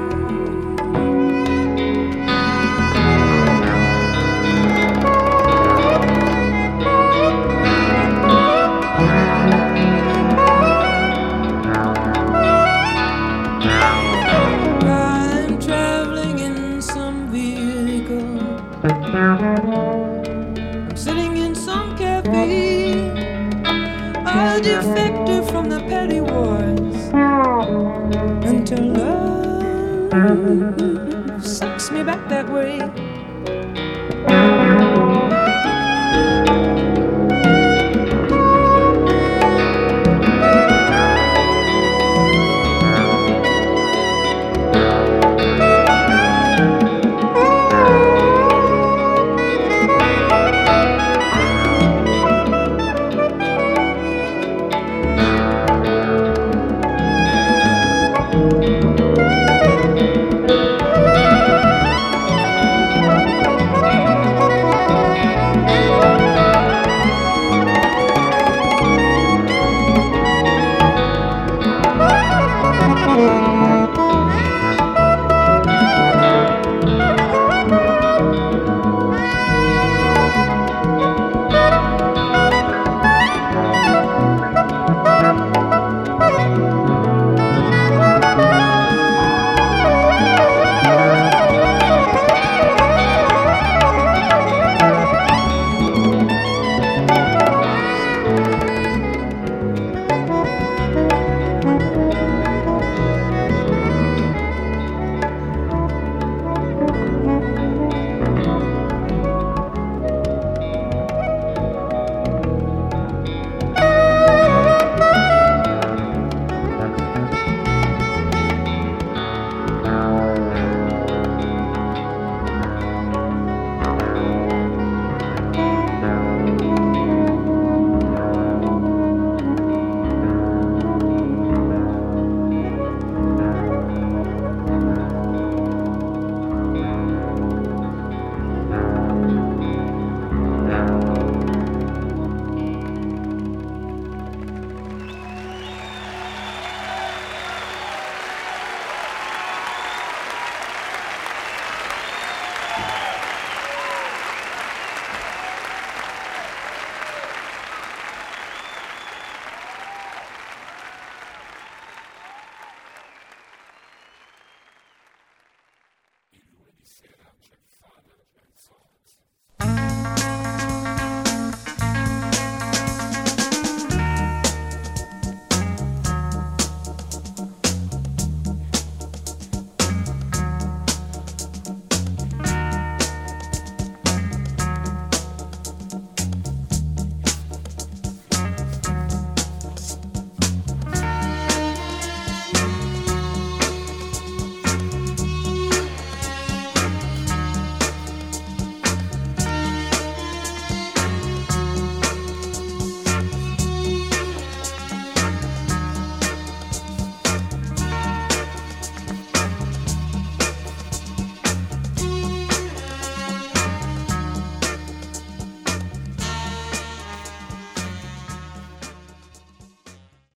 I'm sitting in some cafe, a defector from the petty wars, until love sucks me back that way. Sera c'è Father and Sons.